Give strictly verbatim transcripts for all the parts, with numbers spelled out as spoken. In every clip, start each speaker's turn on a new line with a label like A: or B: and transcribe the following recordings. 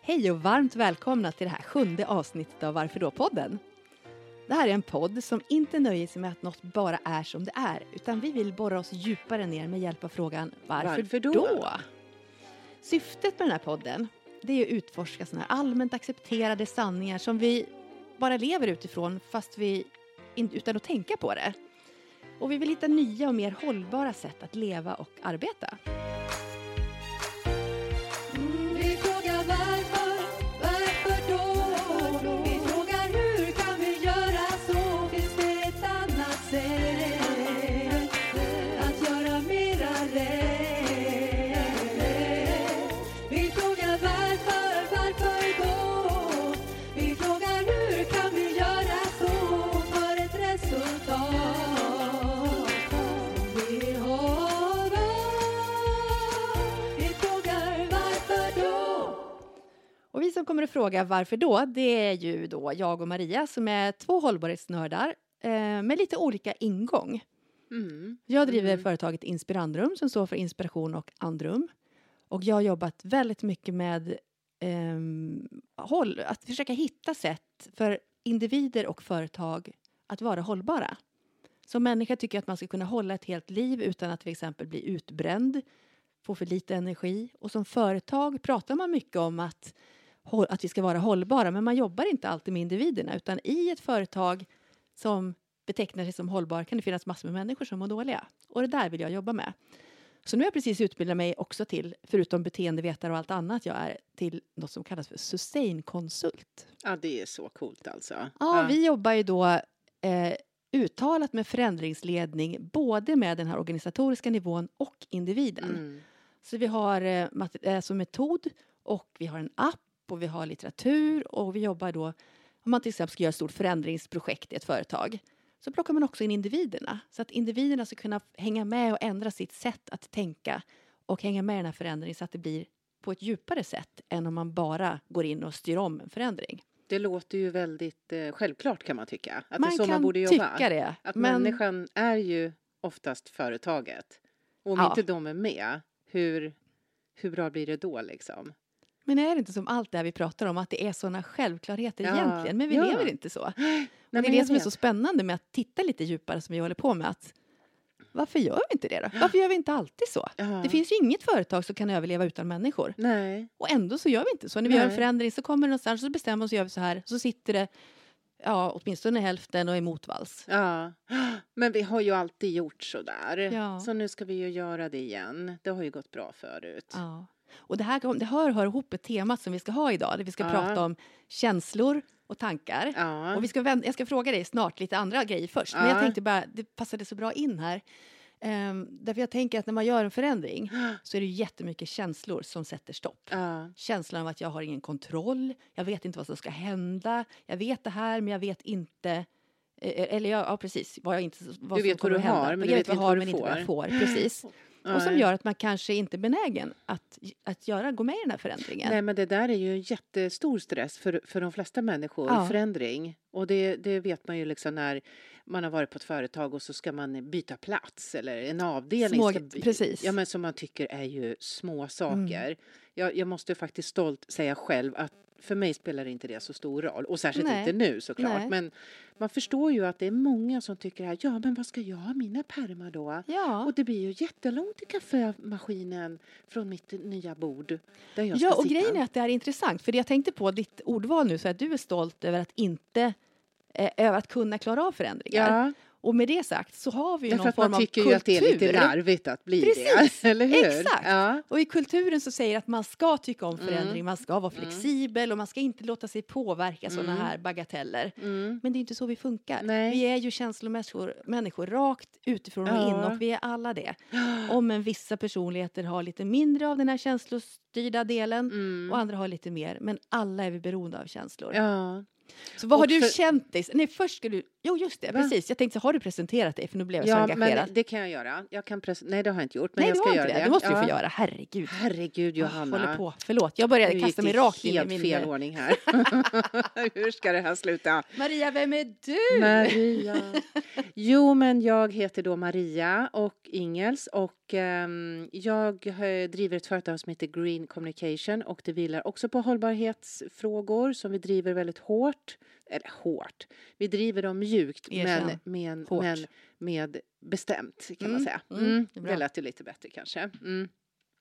A: Hej och varmt välkomna till det här sjunde avsnittet av Varför då-podden. Det här är en podd som inte nöjer sig med att något bara är som det är, utan vi vill borra oss djupare ner med hjälp av frågan varför, varför då? då? Syftet med den här podden, det är att utforska sådana här allmänt accepterade sanningar som vi bara lever utifrån fast vi inte utan att tänka på det. Och vi vill hitta nya och mer hållbara sätt att leva och arbeta. Och vi som kommer att fråga varför då, det är ju då jag och Maria som är två hållbarhetsnördar eh, med lite olika ingång. Mm. Jag driver mm. företaget Inspirandrum som står för inspiration och andrum. Och jag har jobbat väldigt mycket med eh, håll, att försöka hitta sätt för individer och företag att vara hållbara. Som människa tycker jag att man ska kunna hålla ett helt liv utan att till exempel bli utbränd, få för lite energi. Och som företag pratar man mycket om att att vi ska vara hållbara, men man jobbar inte alltid med individerna, utan i ett företag som betecknar sig som hållbar kan det finnas massor med människor som mår dåliga. Och det där vill jag jobba med. Så nu har jag precis utbildat mig också till, förutom beteendevetare och allt annat jag är, till något som kallas för Sustain-konsult.
B: Ja, det är så coolt alltså.
A: Ja,
B: ja.
A: vi jobbar ju då eh, uttalat med förändringsledning, både med den här organisatoriska nivån och individen. Mm. Så vi har eh, mat- alltså metod och vi har en app, och vi har litteratur och vi jobbar då, om man till exempel ska göra ett stort förändringsprojekt i ett företag, så plockar man också in individerna. Så att individerna ska kunna hänga med och ändra sitt sätt att tänka och hänga med i den här förändringen så att det blir på ett djupare sätt än om man bara går in och styr om en förändring.
B: Det låter ju väldigt eh, självklart kan man tycka. Att
A: man
B: det är så
A: kan
B: man borde jobba.
A: tycka det.
B: Att
A: men...
B: människan är ju oftast företaget. Och om ja. inte de är med, hur, hur bra blir det då liksom?
A: Men är det inte som allt det här vi pratar om, att det är sådana självklarheter ja. egentligen? Men vi
B: ja.
A: lever inte så.
B: Nej,
A: det är det som vet. är så spännande med att titta lite djupare som vi håller på med. Att, varför gör vi inte det då? Varför gör vi inte alltid så? Ja. Det finns ju inget företag som kan överleva utan människor.
B: Nej.
A: Och ändå så gör vi inte så. När vi
B: Nej.
A: gör en förändring så kommer det någonstans, så bestämmer oss och gör vi så här. Så sitter det ja, åtminstone hälften och är motvalls.
B: Ja, men vi har ju alltid gjort så där.
A: Ja.
B: Så nu ska vi ju göra det igen. Det har ju gått bra förut.
A: Ja. Och det här det hör, hör ihop ett tema som vi ska ha idag. Där vi ska ja. prata om känslor och tankar. Ja. Och vi ska vända, jag ska fråga dig snart lite andra grejer först. Ja. Men jag tänkte bara, det passade så bra in här. Um, därför jag tänker att när man gör en förändring så är det jättemycket känslor som sätter stopp.
B: Ja.
A: Känslan av att jag har ingen kontroll. Jag vet inte vad som ska hända. Jag vet det här men jag vet inte... Eller ja, ja precis. Vad jag inte, vad
B: du vet vad du
A: hända.
B: har men
A: jag
B: du vet inte
A: vad
B: vad
A: du
B: du
A: får.
B: får.
A: Inte vad jag får. Precis. Och som gör att man kanske inte är benägen att, att göra, gå med i den här förändringen.
B: Nej, men det där är ju en jättestor stress för, för de flesta människor, ja. förändring. Och det, det vet man ju liksom när man har varit på ett företag och så ska man byta plats eller en avdelning.
A: Små,
B: ska by-
A: precis.
B: Ja, men som man tycker är ju små saker. Mm. Jag, jag måste faktiskt stolt säga själv att för mig spelar inte det så stor roll. Och särskilt Nej. inte nu såklart. Nej. Men man förstår ju att det är många som tycker här, ja men vad ska jag ha mina pärmar då?
A: Ja.
B: Och det blir ju jättelångt till kaffemaskinen från mitt nya bord. Där jag ska
A: ja, och
B: sitta.
A: grejen är att det är intressant. För det jag tänkte på, ditt ordval nu, så att du är stolt över att inte, eh, över att kunna klara av förändringar. Ja. Och med det sagt så har vi ju
B: Därför
A: någon form av kultur.
B: Därför att man tycker ju att det är lite larvigt att bli
A: Precis.
B: det. Eller hur?
A: Exakt.
B: Ja.
A: Och i kulturen så säger att man ska tycka om förändring.
B: Mm.
A: Man ska vara flexibel mm. och man ska inte låta sig påverka mm. sådana här bagateller.
B: Mm.
A: Men det är inte så vi funkar.
B: Nej.
A: Vi är ju känslomänniskor människor, rakt utifrån och
B: ja.
A: inåt. Vi är alla det. Om en vissa personligheter har lite mindre av den här känslostyrda delen mm. och andra har lite mer. Men alla är vi beroende av känslor.
B: Ja.
A: Så vad har
B: och
A: du
B: för...
A: känt dig? Nej, först ska du Jo, just det. Va? Precis. Jag tänkte, så har du presenterat dig? För nu blev jag
B: ja,
A: så engagerad.
B: Men det kan jag göra. Jag kan pres- Nej, det har jag inte gjort. Men
A: Nej,
B: jag ska
A: du
B: göra det.
A: det. Det måste ja. du få göra. Herregud.
B: Herregud, Johanna.
A: Oh, håller på. Förlåt, jag började kasta mig rakt in i min...
B: fel ordning här. Hur ska det här sluta?
A: Maria, vem är du?
B: Maria. Jo, men jag heter då Maria och Ingels. Och um, jag driver ett företag som heter Green Communication. Och det vilar också på hållbarhetsfrågor som vi driver väldigt hårt. Eller hårt. Vi driver dem mjukt men med, men med bestämt kan mm. man säga. Mm. Mm. Det, det lät ju lite bättre kanske. Mm.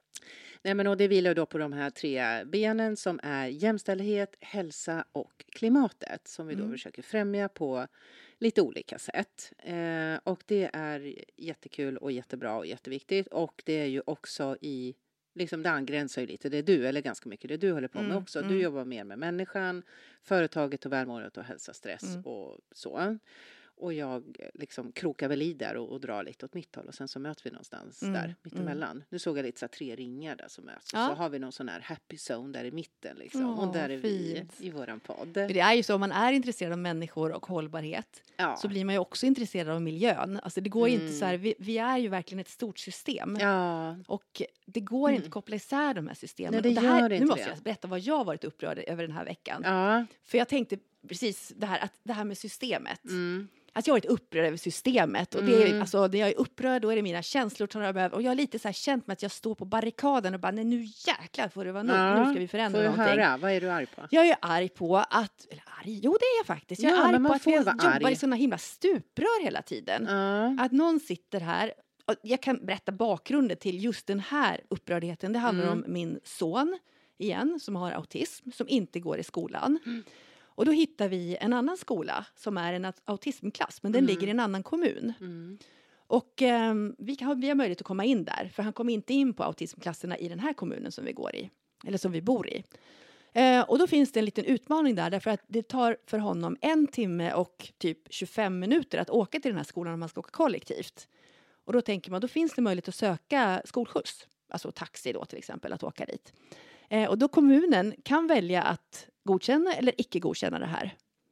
B: Nej, men och det vilar då på de här tre benen som är jämställdhet, hälsa och klimatet. Som vi då mm. försöker främja på lite olika sätt. Eh, och det är jättekul och jättebra och jätteviktigt. Och det är ju också i... Liksom det angränsar ju lite, det är du, eller ganska mycket det du håller på med mm, också. Du mm. jobbar mer med människan, företaget och välmåendet och hälsa, stress mm. och så. Och jag liksom krokar väl i där och, och drar lite åt mitt håll. Och sen så möts vi någonstans mm, där mittemellan. Mm. Nu såg jag lite så här tre ringar där som möts. Ja. Så har vi någon sån här happy zone där i mitten liksom. Åh, och där är fint. Vi i våran podd.
A: För det är ju så, om man är intresserad av människor och hållbarhet. Ja. Så blir man ju också intresserad av miljön. Alltså det går mm. inte så här, vi, vi är ju verkligen ett stort system. Ja. Och det går mm. inte att koppla isär de här systemen.
B: Nej, det,
A: och det här,
B: gör inte
A: nu måste
B: det.
A: jag berätta vad jag har varit upprörd över den här veckan.
B: Ja.
A: För jag tänkte precis det här, att det här med systemet.
B: Mm.
A: Att jag har varit upprörd över systemet. Och det är, mm. alltså, när jag är upprörd, då är det mina känslor som jag behöver. Och jag har lite så här känt med att jag står på barrikaden och bara, nej nu jäklar får det vara nog. Ja, nu ska vi förändra
B: någonting.
A: Får jag
B: höra, vad är du arg på?
A: Jag är arg på att, eller arg, jo det är jag faktiskt. Jag är ja, arg på att vi jobbar arg. i sådana himla stuprör hela tiden. Ja. Att någon sitter här. Och jag kan berätta bakgrunden till just den här upprördheten. Det handlar mm. om min son, igen, som har autism, som inte går i skolan. Mm. Och då hittar vi en annan skola som är en autismklass. Men den mm. ligger i en annan kommun. Mm. Och eh, vi, kan, vi har möjlighet att komma in där. För han kommer inte in på autismklasserna i den här kommunen som vi går i. Eller som vi bor i. Eh, och då finns det en liten utmaning där. Därför att det tar för honom en timme och typ tjugofem minuter att åka till den här skolan om man ska åka kollektivt. Och då tänker man, då finns det möjlighet att söka skolskjuts. Alltså taxi då till exempel, att åka dit. Eh, och då kommunen kan välja att godkänna eller icke godkänna det här.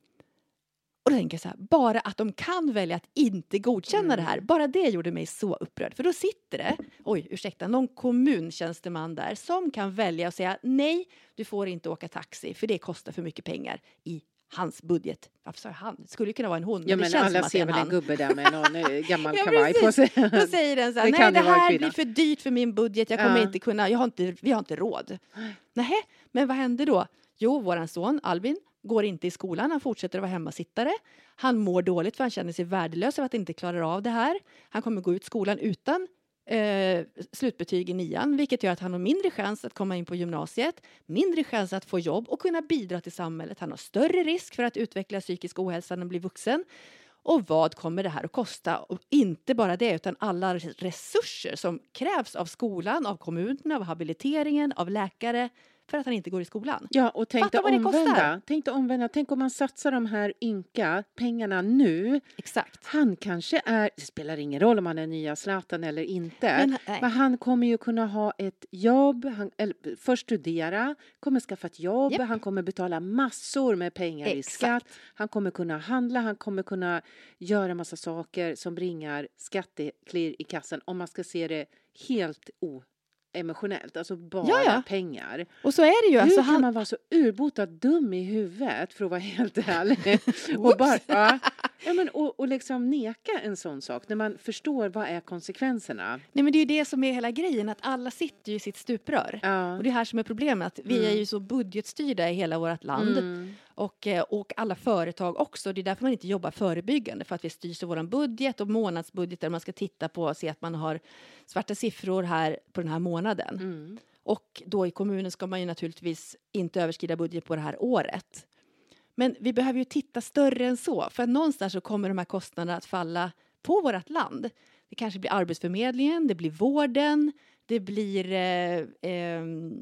A: Och då tänker jag så här, bara att de kan välja att inte godkänna mm. det här. Bara det gjorde mig så upprörd. För då sitter det, oj ursäkta, någon kommuntjänsteman där som kan välja att säga nej, du får inte åka taxi för det kostar för mycket pengar i hans budget. Varför sa jag han? Det skulle ju kunna vara en hon.
B: Ja, men, men det känns alla som ser väl en gubbe där med någon gammal ja, kavaj på sig.
A: Då säger den så här, det nej det här blir för dyrt för min budget. Jag kommer ja. inte kunna, jag har inte, vi har inte råd. Nej, men vad händer då? Jo, våran son Albin går inte i skolan. Han fortsätter att vara hemmasittare. Han mår dåligt för han känner sig värdelös över att inte klara av det här. Han kommer gå ut skolan utan eh, slutbetyg i nian. Vilket gör att han har mindre chans att komma in på gymnasiet. Mindre chans att få jobb och kunna bidra till samhället. Han har större risk för att utveckla psykisk ohälsa när han blir vuxen. Och vad kommer det här att kosta? Och inte bara det utan alla resurser som krävs av skolan, av kommunen, av habiliteringen, av läkare. För att han inte går i skolan.
B: Ja, och tänk dig omvända. Tänk dig omvända. Tänk om man satsar de här ynka pengarna nu.
A: Exakt.
B: Han kanske är, det spelar ingen roll om han är nya Zlatan eller inte. Men, men han kommer ju kunna ha ett jobb. Han, eller, först studera. Kommer skaffa ett jobb. Yep. Han kommer betala massor med pengar Exakt. i skatt. Han kommer kunna handla. Han kommer kunna göra massa saker som bringar skatteklirr i kassan. Om man ska se det helt o emotionellt, alltså bara ja, ja. pengar.
A: Och så är det ju.
B: Hur
A: alltså,
B: kan
A: han...
B: man vara så urbotad dum i huvudet för att vara helt ärlig? och bara, ja, ja, men, och, och liksom neka en sån sak när man förstår vad är konsekvenserna.
A: Nej, men det är ju det som är hela grejen, att alla sitter ju i sitt stuprör. Ja. Och det är här som är problemet. Vi mm. är ju så budgetstyrda i hela vårt land. Mm. Och, och alla företag också. Det är därför man inte jobbar förebyggande. För att vi styrs av vår budget och månadsbudget. Där man ska titta på och se att man har svarta siffror här på den här månaden. Mm. Och då i kommunen ska man ju naturligtvis inte överskrida budget på det här året. Men vi behöver ju titta större än så. För att någonstans så kommer de här kostnaderna att falla på vårt land. Det kanske blir arbetsförmedlingen, det blir vården, det blir... Eh, eh,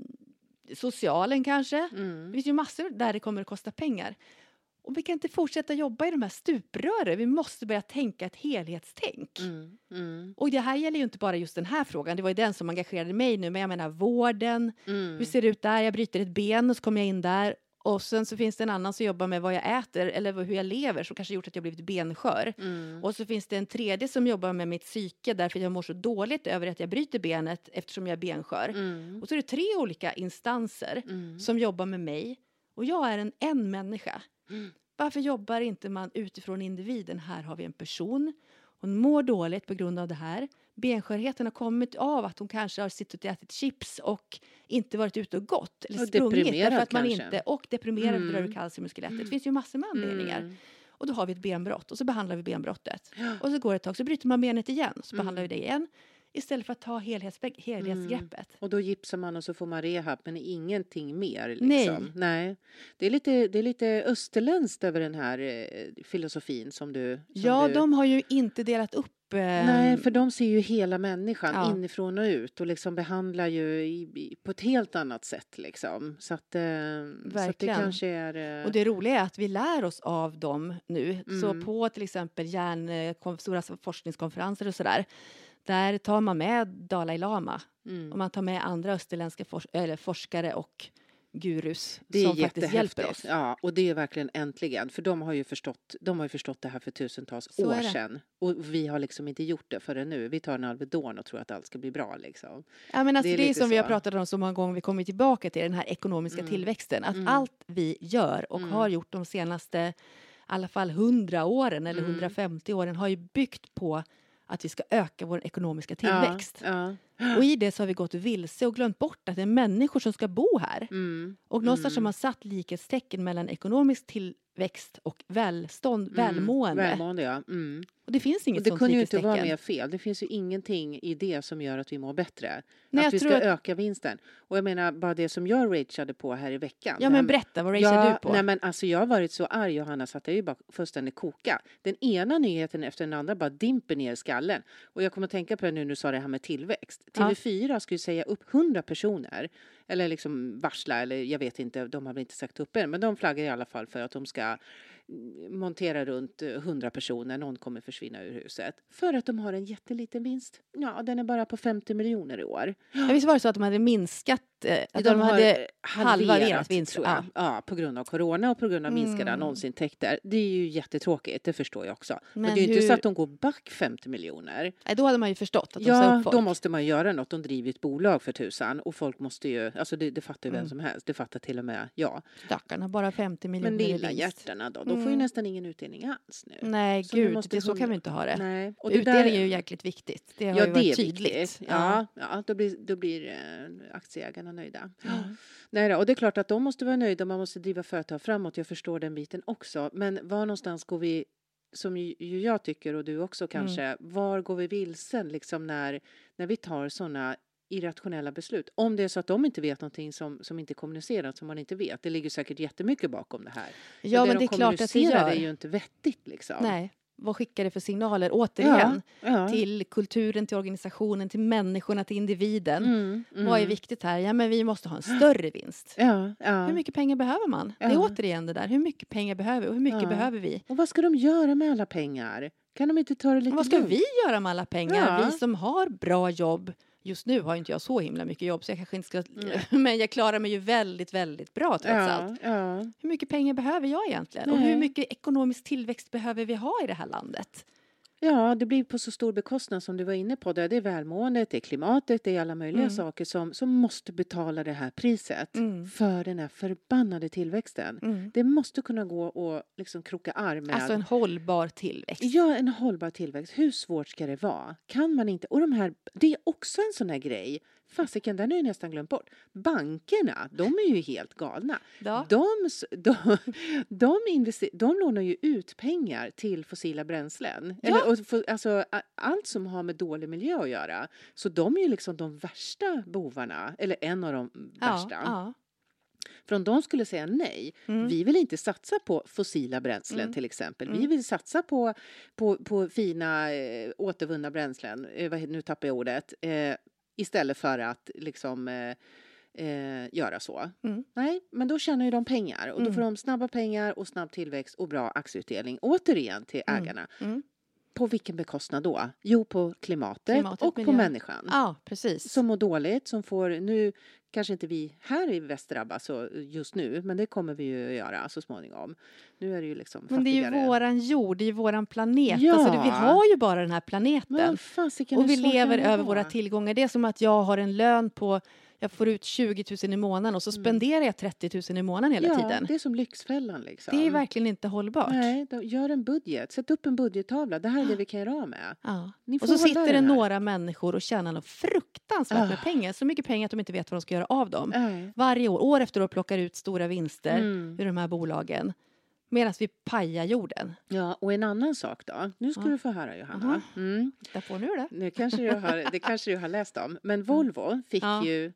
A: socialen kanske. Mm. Det finns ju massor där det kommer att kosta pengar. Och vi kan inte fortsätta jobba i de här stuprören. Vi måste börja tänka ett helhetstänk. Mm. Mm. Och det här gäller ju inte bara just den här frågan. Det var ju den som engagerade mig nu. Men jag menar vården. Mm. Hur ser det ut där? Jag bryter ett ben och så kommer jag in där. Och sen så finns det en annan som jobbar med vad jag äter eller hur jag lever som kanske gjort att jag blivit benskör. Mm. Och så finns det en tredje som jobbar med mitt psyke därför jag mår så dåligt över att jag bryter benet eftersom jag är benskör. Mm. Och så är det tre olika instanser mm. som jobbar med mig och jag är en en människa. Mm. Varför jobbar inte man utifrån individen? Här har vi en person. Hon mår dåligt på grund av det här. Benskörheten har kommit av att hon kanske har suttit och ätit chips och inte varit ute och gått. Eller
B: och
A: sprungit.
B: Deprimerad
A: Att man
B: kanske.
A: Inte, och deprimerad mm. drar ur kalcium i skelettet.
B: Mm.
A: Det finns ju massor med anledningar. Mm. Och då har vi ett benbrott och så behandlar vi benbrottet. Ja. Och så går det ett tag så bryter man benet igen. Så mm. behandlar vi det igen. Istället för att ta helhetsbe- helhetsgreppet. Mm.
B: Och då gipsar man och så får man rehab men ingenting mer. Liksom.
A: Nej.
B: Nej. Det är lite, det är lite österländskt över den här eh, filosofin som du... Som
A: ja,
B: du...
A: de har ju inte delat upp. Eh...
B: Nej, för de ser ju hela människan ja. inifrån och ut. Och liksom behandlar ju i, i, på ett helt annat sätt. Liksom. Så, att, eh, så att det kanske är... Eh...
A: Och det roliga är att vi lär oss av dem nu. Mm. Så på till exempel hjärn, eh, stora forskningskonferenser och sådär. Där tar man med Dalai Lama. Mm. Och man tar med andra österländska for- eller forskare och gurus
B: det
A: som faktiskt hjälper oss.
B: Ja, och det är verkligen äntligen. För de har ju förstått, de har ju förstått det här för tusentals
A: Så
B: år sedan. Och vi har liksom inte gjort det förrän nu. Vi tar en Alvedon och tror att allt ska bli bra. Liksom.
A: Ja, men alltså, det är, det är som
B: så.
A: vi har pratat om så många gånger. Vi kommer tillbaka till den här ekonomiska mm. tillväxten. Att mm. allt vi gör och mm. har gjort de senaste i alla fall hundra åren eller mm. hundrafemtio åren har ju byggt på att vi ska öka vår ekonomiska tillväxt. Ja, ja. Och i det så har vi gått vilse och glömt bort att det är människor som ska bo här. Mm, och någonstans mm. har man satt likhetstecken mellan ekonomisk tillväxt och välstånd, mm, välmående.
B: Välmående, ja. Mm.
A: Och det finns inget
B: och det
A: sånt
B: kunde ju inte
A: likhetstecken.
B: vara mer fel. Det finns ju ingenting i det som gör att vi mår bättre.
A: Nej,
B: att vi ska
A: att...
B: öka vinsten. Och jag menar, bara det som jag rageade på här i veckan.
A: Ja, men berätta, vad rageade
B: ja,
A: du på?
B: Nej, men alltså jag har varit så arg, Johanna, så att jag ju bara fullständigt koka. Den ena nyheten efter den andra bara dimper ner i skallen. Och jag kommer att tänka på det nu när du sa det här med tillväxt. T V fyra ja. skulle säga upp hundra personer. Eller liksom varsla, eller jag vet inte, de har väl inte sagt upp än. Men de flaggar i alla fall för att de ska montera runt hundra personer. Någon kommer försvinna ur huset. För att de har en jätteliten vinst. Ja, den är bara på femtio miljoner i år.
A: Ja, visst var det så att de hade minskat, eh, att
B: de,
A: de hade
B: halverat
A: vinst.
B: Ja. ja, på grund av corona och på grund av minskade mm. annonsintäkter. Det är ju jättetråkigt, det förstår jag också. Men, Men det är ju hur... inte så att de går back femtio miljoner.
A: Nej, då hade man ju förstått att de
B: ja,
A: sa upp folk.
B: Då måste man göra något. De driver ett bolag för tusan. Och folk måste ju, alltså det, det fattar ju mm. vem som helst. Det fattar till och med jag.
A: Stackarna, bara femtio miljoner.
B: Men lilla hjärtarna då, de mm. får ju nästan ingen utdelning alls nu.
A: Nej, så gud, det, så kan vi inte ha det.
B: Nej.
A: Och det utdelning där... är ju jäkligt viktigt. Det har
B: ja,
A: ju varit
B: det är
A: tydligt.
B: Viktigt. Ja, ja. ja då blir, då blir äh, aktieägarna nöjda. Mm. Nej då, och det är klart att de måste vara nöjda. Man måste driva företag framåt. Jag förstår den biten också. Men var någonstans går vi, som ju, ju jag tycker och du också kanske, mm. var går vi vilsen liksom när, när vi tar sådana irrationella beslut. Om det är så att de inte vet någonting som, som inte kommuniceras, som man inte vet. Det ligger säkert jättemycket bakom det här.
A: Ja, men, men det de är klart att det gör.
B: Det är ju inte vettigt liksom.
A: Nej. Vad skickar det för signaler? Återigen,
B: ja, ja.
A: till kulturen, till organisationen, till människorna, till individen. Mm, mm. Vad är viktigt här? Ja, men vi måste ha en större vinst.
B: Ja, ja.
A: Hur mycket pengar behöver man? Ja. Det är återigen det där. Hur mycket pengar behöver vi? Och hur mycket ja. behöver vi?
B: Och vad ska de göra med alla pengar? Kan de inte ta det lite
A: och vad ska
B: lugnt?
A: vi göra med alla pengar?
B: Ja.
A: Vi som har bra jobb. Just nu har inte jag så himla mycket jobb så jag kanske inte ska... Mm. Men jag klarar mig ju väldigt, väldigt bra trots
B: ja,
A: allt.
B: Ja.
A: Hur mycket pengar behöver jag egentligen?
B: Nej.
A: Och hur mycket ekonomisk tillväxt behöver vi ha i det här landet?
B: Ja, det blir på så stor bekostnad som du var inne på. Det är välmåendet, det är klimatet, det är alla möjliga mm. saker som, som måste betala det här priset mm. för den här förbannade tillväxten. Mm. Det måste kunna gå och liksom kroka arm med...
A: Alltså en hållbar tillväxt.
B: Ja, en hållbar tillväxt. Hur svårt ska det vara? Kan man inte... Och de här, det är också en sån här grej. Fasiken, den har jag nästan glömt bort. Bankerna, de är ju helt galna.
A: Ja.
B: De, de, de, invester, de lånar ju ut pengar till fossila bränslen.
A: Ja.
B: Eller, och för, alltså, allt som har med dålig miljö att göra. Så de är ju liksom de värsta bovarna. Eller en av de värsta.
A: Ja, ja.
B: För om de skulle säga nej, mm. vi vill inte satsa på fossila bränslen mm. till exempel. Vi vill satsa på, på, på fina eh, återvunna bränslen. Eh, vad, nu tappar jag ordet. Eh, Istället för att liksom eh, eh, göra så. Mm. Nej, men då tjänar ju de pengar. Och då får mm. de snabba pengar och snabb tillväxt och bra aktieutdelning. Återigen till ägarna.
A: Mm. Mm.
B: på vilken bekostnad då? Jo, på klimatet, klimatet och
A: miljön.
B: På människan.
A: Ja, precis.
B: Som mår dåligt, som får, nu kanske inte vi här i väst drabbas just nu, men det kommer vi ju att göra så småningom. Nu är det ju liksom fattigare.
A: Men det är ju våran jord, det är ju våran planet.
B: Ja.
A: Alltså, vi har ju bara den här planeten.
B: Fasiken,
A: och vi lever över våra tillgångar. Det är som att jag har en lön på, jag får ut tjugo tusen i månaden och så spenderar jag trettio tusen i månaden hela
B: ja,
A: tiden.
B: Det är som Lyxfällan liksom.
A: Det är verkligen inte hållbart.
B: Nej, då, gör en budget. Sätt upp en budgettavla. Det här är det vi kan göra av med.
A: Ja. Och så sitter det några människor och tjänar något fruktansvärt
B: ah.
A: med pengar. Så mycket pengar att de inte vet vad de ska göra av dem.
B: Äh.
A: Varje år, år efter år plockar ut stora vinster
B: mm.
A: ur de här bolagen. Medan vi pajar jorden.
B: Ja, och en annan sak då. Nu ska ja. du få höra, Johanna. Mm.
A: Titta på nu då.
B: Det kanske du har, det kanske du har läst om. Men Volvo fick ja. ju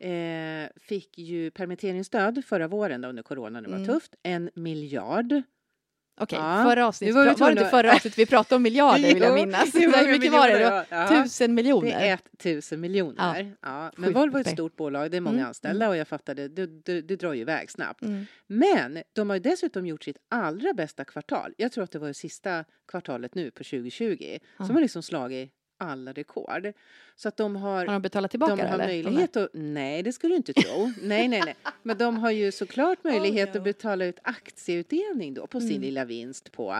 B: Eh, fick ju permitteringsstöd förra våren då, under corona. Det var mm. tufft. En miljard.
A: Okej, okay, ja. förra avsnittet. Var, var det inte förra avsnittet vi pratade om miljarder vill jag minnas.
B: Det var
A: Hur mycket var det då? Ja. Tusen miljoner.
B: Det är ett tusen miljoner. Ja. Ja. Men Volvo är ett stort bolag. Det är många mm. anställda och jag fattade, det, det, det drar ju iväg snabbt. Mm. Men de har ju dessutom gjort sitt allra bästa kvartal. Jag tror att det var det sista kvartalet nu på tjugo tjugo. Ja. Som har liksom slagit alla rekord. Så att de har...
A: Har de betalat tillbaka
B: de har
A: eller?
B: möjlighet att... Nej, det skulle du inte tro. nej, nej, nej. Men de har ju såklart möjlighet oh, no. att betala ut aktieutdelning då på sin mm. lilla vinst på,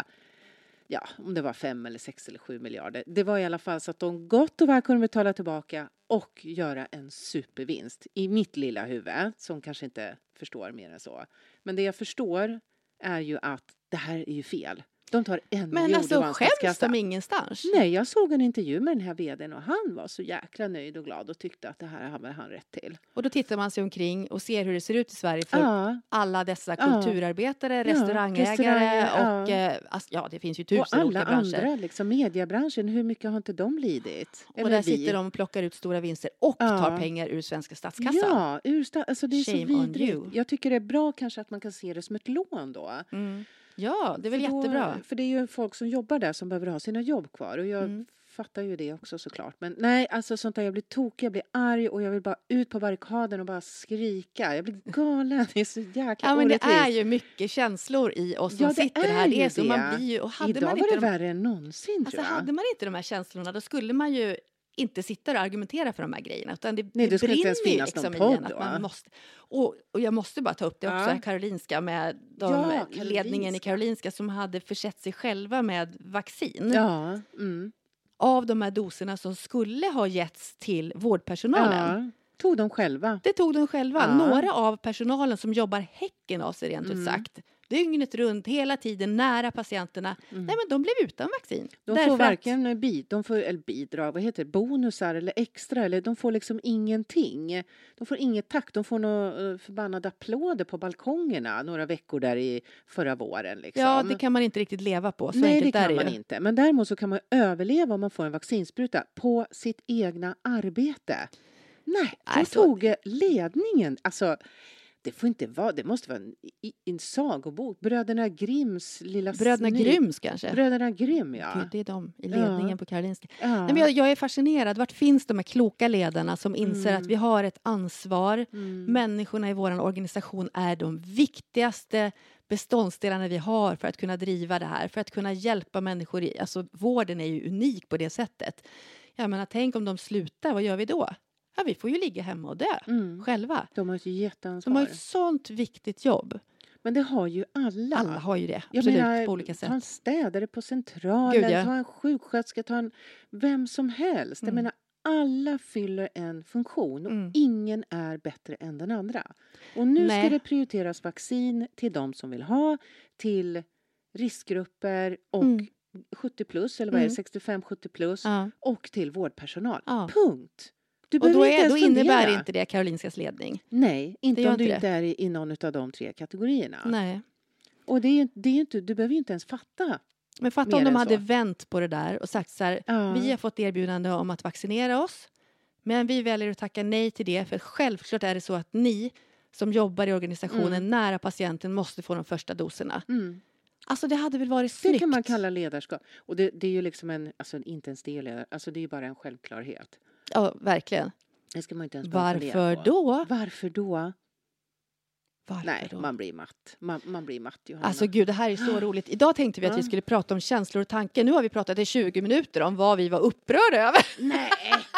B: ja, om det var fem eller sex eller sju miljarder. Det var i alla fall så att de gott och väl kunde betala tillbaka och göra en supervinst i mitt lilla huvud, som kanske inte förstår mer än så. Men det jag förstår är ju att det här är ju fel. De tar en
A: Men alltså skäms de ingenstans?
B: Nej, jag såg en intervju med den här vdn och han var så jäkla nöjd och glad och tyckte att det här hade han rätt till.
A: Och då tittar man sig omkring och ser hur det ser ut i Sverige för ja. alla dessa kulturarbetare, ja. restaurangägare ja. och ja. Alltså, ja, det finns ju tusen olika branscher.
B: Och alla andra, liksom mediebranschen, hur mycket har inte de lidit?
A: Eller och där vi. sitter de och plockar ut stora vinster och ja. tar pengar ur svenska statskassan.
B: Ja, ur sta- alltså det är
A: Shame
B: så
A: vidrigt.
B: Jag tycker det är bra kanske att man kan se det som ett lån då.
A: Mm. Ja, det är väl
B: för då,
A: jättebra.
B: För det är ju folk som jobbar där som behöver ha sina jobb kvar. Och jag mm. fattar ju det också såklart. Men nej, alltså sånt där, jag blir tokig, jag blir arg och jag vill bara ut på barrikaden och bara skrika. Jag blir galen, det är så jäkla
A: Ja, men
B: orättvist.
A: Det är ju mycket känslor i oss som ja, sitter här. Det är så, man blir ju, och hade
B: Idag
A: man
B: var
A: inte
B: det
A: de,
B: värre än någonsin,
A: alltså,
B: tror jag.
A: Hade man inte de här känslorna, då skulle man ju inte sitta och argumentera för de här grejerna. Utan det,
B: Nej, det skulle inte ens finnas
A: liksom
B: någon podd
A: då. Man måste, och, och jag måste bara ta upp det också, ja. Karolinska med de,
B: ja,
A: ledningen i Karolinska som hade försett sig själva med vaccin.
B: Ja, mm.
A: Av de här doserna som skulle ha getts till vårdpersonalen.
B: Ja, tog de själva.
A: Det tog de själva. Ja. Några av personalen som jobbar häcken av sig rent mm. ut sagt. Dygnet runt, hela tiden, nära patienterna. Mm. Nej, men de blev utan vaccin.
B: De får varken att... bid, de får, eller bidrag, vad heter det, bonusar eller extra. Eller de får liksom ingenting. De får inget tack. De får några förbannade applåder på balkongerna några veckor där i förra våren. Liksom.
A: Ja, det kan man inte riktigt leva på. Så
B: Nej, det kan
A: är
B: man
A: ju.
B: inte. Men däremot så kan man överleva om man får en vaccinspruta på sitt egna arbete. Nej, de
A: alltså...
B: tog ledningen. Alltså... Det får inte vara, det måste vara en, en sagobok. Bröderna Grimms lilla
A: Bröderna
B: sny.
A: Grimms kanske?
B: Bröderna Grimm, ja.
A: Gud, det är de i ledningen
B: ja.
A: på Karolinska.
B: Ja.
A: Nej, men jag, jag är fascinerad. Vart finns de här kloka ledarna som inser mm. att vi har ett ansvar. Mm. Människorna i vår organisation är de viktigaste beståndsdelarna vi har för att kunna driva det här. För att kunna hjälpa människor. I, alltså vården är ju unik på det sättet. Jag menar, tänk om de slutar, vad gör vi då? Ja, vi får ju ligga hemma och dö mm. själva.
B: De har ett jätteansvar.
A: De har ett sånt viktigt jobb.
B: Men det har ju alla.
A: Alla har ju det,
B: jag
A: absolut,
B: menar,
A: på olika sätt.
B: Ta en städare på centralen,
A: Gud, ja.
B: ta en sjuksköterska, ta en vem som helst. Mm. Jag menar, alla fyller en funktion och mm. ingen är bättre än den andra. Och nu Nej. ska det prioriteras vaccin till de som vill ha, till riskgrupper och mm. sjuttio plus, eller vad är det, sextiofem sjuttio plus ja. och till vårdpersonal. Ja. Punkt. Du
A: och då, är, då innebär
B: fundera.
A: inte det Karolinskas ledning.
B: Nej, inte om
A: inte
B: du
A: det.
B: inte är i, i någon av de tre kategorierna.
A: Nej.
B: Och det är, det är inte, du behöver ju inte ens fatta.
A: Men fatta om de hade så. vänt på det där och sagt så här,
B: ja.
A: vi har fått erbjudande om att vaccinera oss. Men vi väljer att tacka nej till det. För självklart är det så att ni som jobbar i organisationen mm. nära patienten måste få de första doserna. Mm. Alltså det hade väl varit snyggt.
B: Det kan man kalla ledarskap. Och det, det är ju liksom en, alltså inte ens det, alltså det är ju bara en självklarhet.
A: Ja, verkligen.
B: Det ska man inte ens
A: Varför då?
B: Varför då? Varför Nej, då? man blir matt. Man, man blir matt, Johanna.
A: Alltså gud, det här är så roligt. Idag tänkte vi att vi skulle prata om känslor och tankar. Nu har vi pratat i tjugo minuter om vad vi var upprörda över.
B: Nej.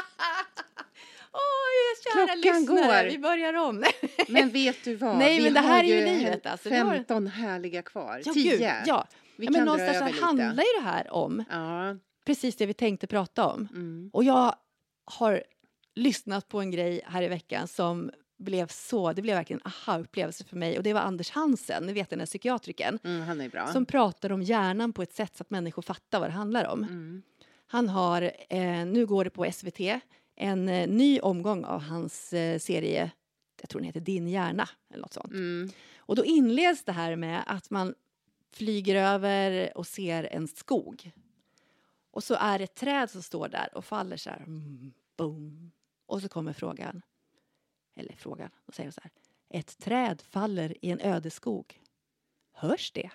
A: Oj, kära Klockan lyssnare, går. Vi börjar om.
B: Men vet du vad?
A: Nej,
B: vi
A: men det här är ju livet. Alltså.
B: femton härliga kvar.
A: Ja,
B: tio.
A: Gud, ja.
B: Vi
A: ja, men någonstans så handlar ju det här om
B: ja.
A: precis det vi tänkte prata om.
B: Mm.
A: Och jag har lyssnat på en grej här i veckan som blev så, det blev verkligen en aha-upplevelse för mig. Och det var Anders Hansen, ni vet den här psykiatriken.
B: Mm, han är bra.
A: Som pratar om hjärnan på ett sätt så att människor fattar vad det handlar om.
B: Mm.
A: Han har, eh, nu går det på S V T, en eh, ny omgång av hans eh, serie, jag tror den heter Din hjärna, eller något sånt.
B: Mm.
A: Och då inleds det här med att man flyger över och ser en skog. Och så är det ett träd som står där och faller så här. Mm, boom. Och så kommer frågan. Eller frågan, och säger så här. Ett träd faller i en ödeskog. Hörs det?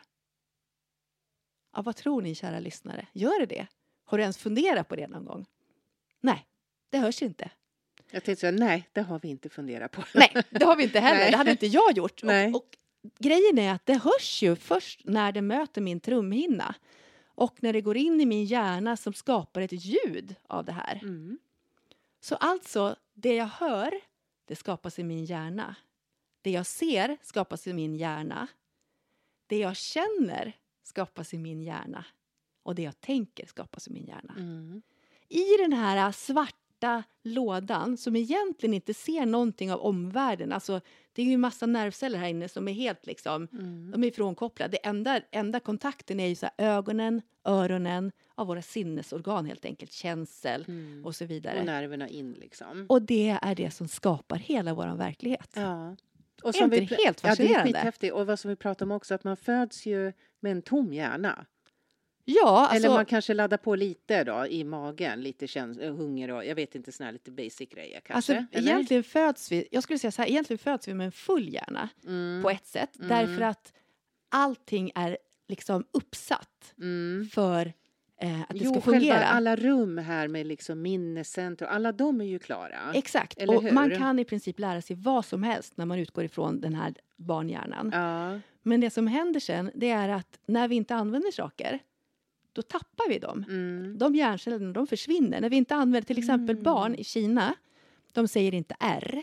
A: Ja, vad tror ni, kära lyssnare? Gör det det? Har du ens funderat på det någon gång? Nej, det hörs inte.
B: Jag tänkte säga, nej, det har vi inte funderat på.
A: Nej, det har vi inte heller.
B: Nej.
A: Det hade inte jag gjort.
B: Nej.
A: Och, och grejen är att det hörs ju först när det möter min trumhinna. Och när det går in i min hjärna som skapar ett ljud av det här.
B: Mm.
A: Så alltså, det jag hör, det skapas i min hjärna. Det jag ser skapas i min hjärna. Det jag känner skapas i min hjärna. Och det jag tänker skapas i min hjärna.
B: Mm.
A: I den här svarta lådan som egentligen inte ser någonting av omvärlden. Alltså, det är ju en massa nervceller här inne som är helt liksom,
B: mm.
A: de är frånkopplade. Det enda, enda kontakten är ju så här ögonen, öronen, av våra sinnesorgan helt enkelt, känsel
B: mm.
A: och så vidare.
B: Och nerverna in liksom.
A: Och det är det som skapar hela vår verklighet.
B: Ja.
A: Och som är inte vi, det helt fascinerande?
B: Ja, det är skithäftigt. Och vad som vi pratar om också, att man föds ju med en tom hjärna.
A: Ja, alltså,
B: eller man kanske laddar på lite då i magen, lite käns- hunger och jag vet inte, såna här lite basic grejer kanske.
A: Alltså, egentligen föds vi, jag skulle säga så här, egentligen föds vi med en full hjärna
B: mm.
A: på ett sätt.
B: Mm.
A: Därför att allting är liksom uppsatt
B: mm.
A: för eh, att det
B: jo,
A: ska fungera.
B: Själva alla rum här med liksom minnescentrum, alla de är ju klara.
A: Exakt,
B: eller
A: och
B: hur?
A: Man kan i princip lära sig vad som helst när man utgår ifrån den här barnhjärnan.
B: Ja.
A: Men det som händer sen, det är att när vi inte använder saker, då tappar vi dem.
B: Mm.
A: De hjärncellerna, de försvinner. När vi inte använder till exempel
B: mm.
A: barn i Kina, de säger inte R.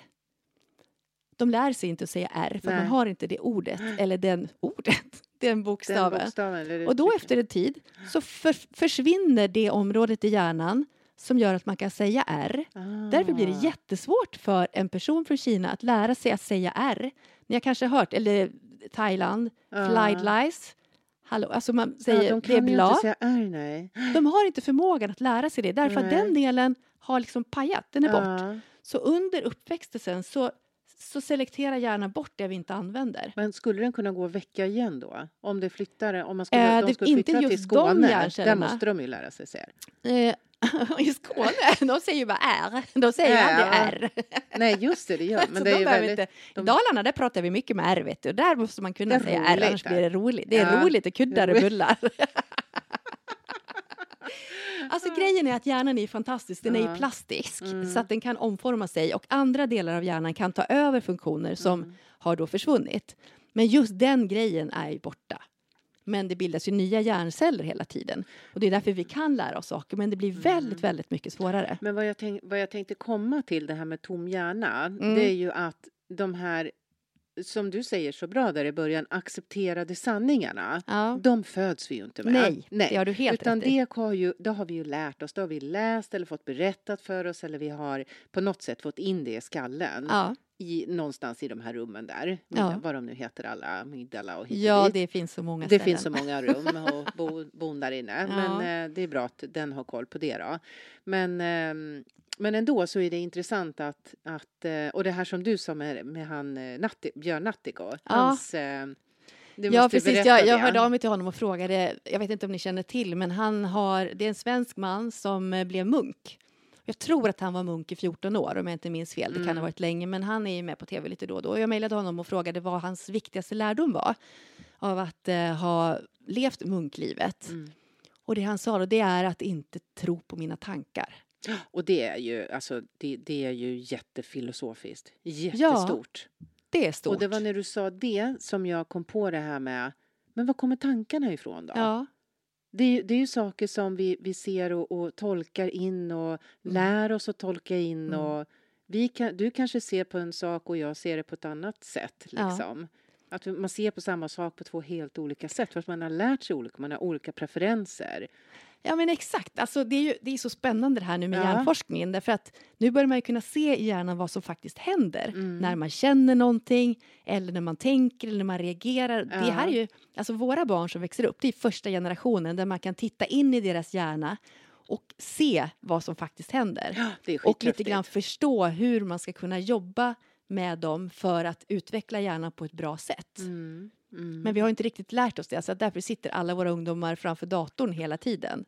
A: De lär sig inte att säga R, för man har inte det ordet, eller den ordet, den bokstaven.
B: Den bokstaven
A: och då efter en tid så för, försvinner det området i hjärnan som gör att man kan säga R.
B: Ah.
A: Därför blir det jättesvårt för en person från Kina att lära sig att säga R. Ni har kanske hört, eller Thailand,
B: ah.
A: flight lies. Hallå, alltså man säger
B: ja, de kan
A: det
B: ju inte säga R, nej.
A: De har inte förmågan att lära sig det. Därför
B: nej.
A: att den delen har liksom pajat. Den är
B: ja.
A: bort. Så under uppväxten så, så selekterar hjärnan bort det vi inte använder.
B: Men skulle den kunna gå och väcka igen då? Om det flyttar, om man skulle,
A: äh,
B: de
A: det,
B: skulle
A: inte
B: flytta
A: just
B: till Skåne.
A: De
B: där måste de ju lära sig säga.
A: Eh, I Skåne, de säger ju bara R. De säger ju
B: ja.
A: aldrig R.
B: Nej, just det, det gör. Men
A: så
B: det är
A: de
B: ju väldigt,
A: inte,
B: de...
A: I Dalarna, där pratar vi mycket med R, vet du. Och där måste man kunna säga R, annars blir det roligt. Det är
B: ja.
A: roligt, det kuddar och bullar. Alltså grejen är att hjärnan är fantastisk. Den är ju plastisk.
B: Mm.
A: Så att den kan omforma sig. Och andra delar av hjärnan kan ta över funktioner som mm. har då försvunnit. Men just den grejen är ju borta. Men det bildas ju nya hjärnceller hela tiden. Och det är därför vi kan lära oss saker. Men det blir väldigt, mm. väldigt mycket svårare.
B: Men vad jag, tänk, vad jag tänkte komma till det här med tom hjärna.
A: Mm.
B: Det är ju att de här, som du säger så bra där i början, accepterade sanningarna.
A: Ja.
B: De föds vi ju inte med.
A: Nej, Nej. det har du helt
B: Utan
A: rätt i.
B: det har, ju, det har vi ju lärt oss. Det har vi läst eller fått berättat för oss. Eller vi har på något sätt fått in det i skallen.
A: Ja.
B: I, någonstans i de här rummen där.
A: Ja.
B: Vad de nu heter, alla migdala och hit och
A: Ja,
B: dit.
A: det finns så många
B: Det
A: ställen.
B: finns så många rum och bo, bon där inne.
A: Ja.
B: Men eh, det är bra att den har koll på det då. Men, eh, men ändå så är det intressant att, att eh, och det här som du sa med, med han Natti, Björn Nattiko. Ja. Hans, eh,
A: ja, precis. Jag, jag hörde av mig till honom och frågade, jag vet inte om ni känner till, men han har, det är en svensk man som blev munk. Jag tror att han var munk i fjorton år, om jag inte minns fel. Det kan
B: mm.
A: ha varit länge, men han är ju med på tv lite då och då. Jag mejlade honom och frågade vad hans viktigaste lärdom var av att uh, ha levt munklivet. Mm. Och det han sa då, det är att inte tro på mina tankar.
B: Och det är ju, alltså, det, det är ju jättefilosofiskt. Jättestort.
A: Ja. Det är stort.
B: Och det var när du sa det som jag kom på det här med, men var kommer tankarna ifrån då?
A: Ja.
B: Det, det är ju saker som vi, vi ser och, och tolkar in och mm. lär oss att tolka in. Mm. Och vi kan, du kanske ser på en sak och jag ser det på ett annat sätt. Liksom. Ja. Att man ser på samma sak på två helt olika sätt. För att man har lärt sig olika, man har olika preferenser.
A: Ja men exakt, alltså, det är ju det är så spännande det här nu med ja. hjärnforskningen. Därför att nu börjar man ju kunna se i hjärnan vad som faktiskt händer. Mm. När man känner någonting eller när man tänker eller när man reagerar. Ja. Det här är ju, alltså våra barn som växer upp, det är första generationen där man kan titta in i deras hjärna och se vad som faktiskt händer.
B: Ja, det är
A: och lite grann förstå hur man ska kunna jobba med dem för att utveckla hjärnan på ett bra sätt. Mm. Mm. Men vi har inte riktigt lärt oss det. Alltså därför sitter alla våra ungdomar framför datorn hela tiden.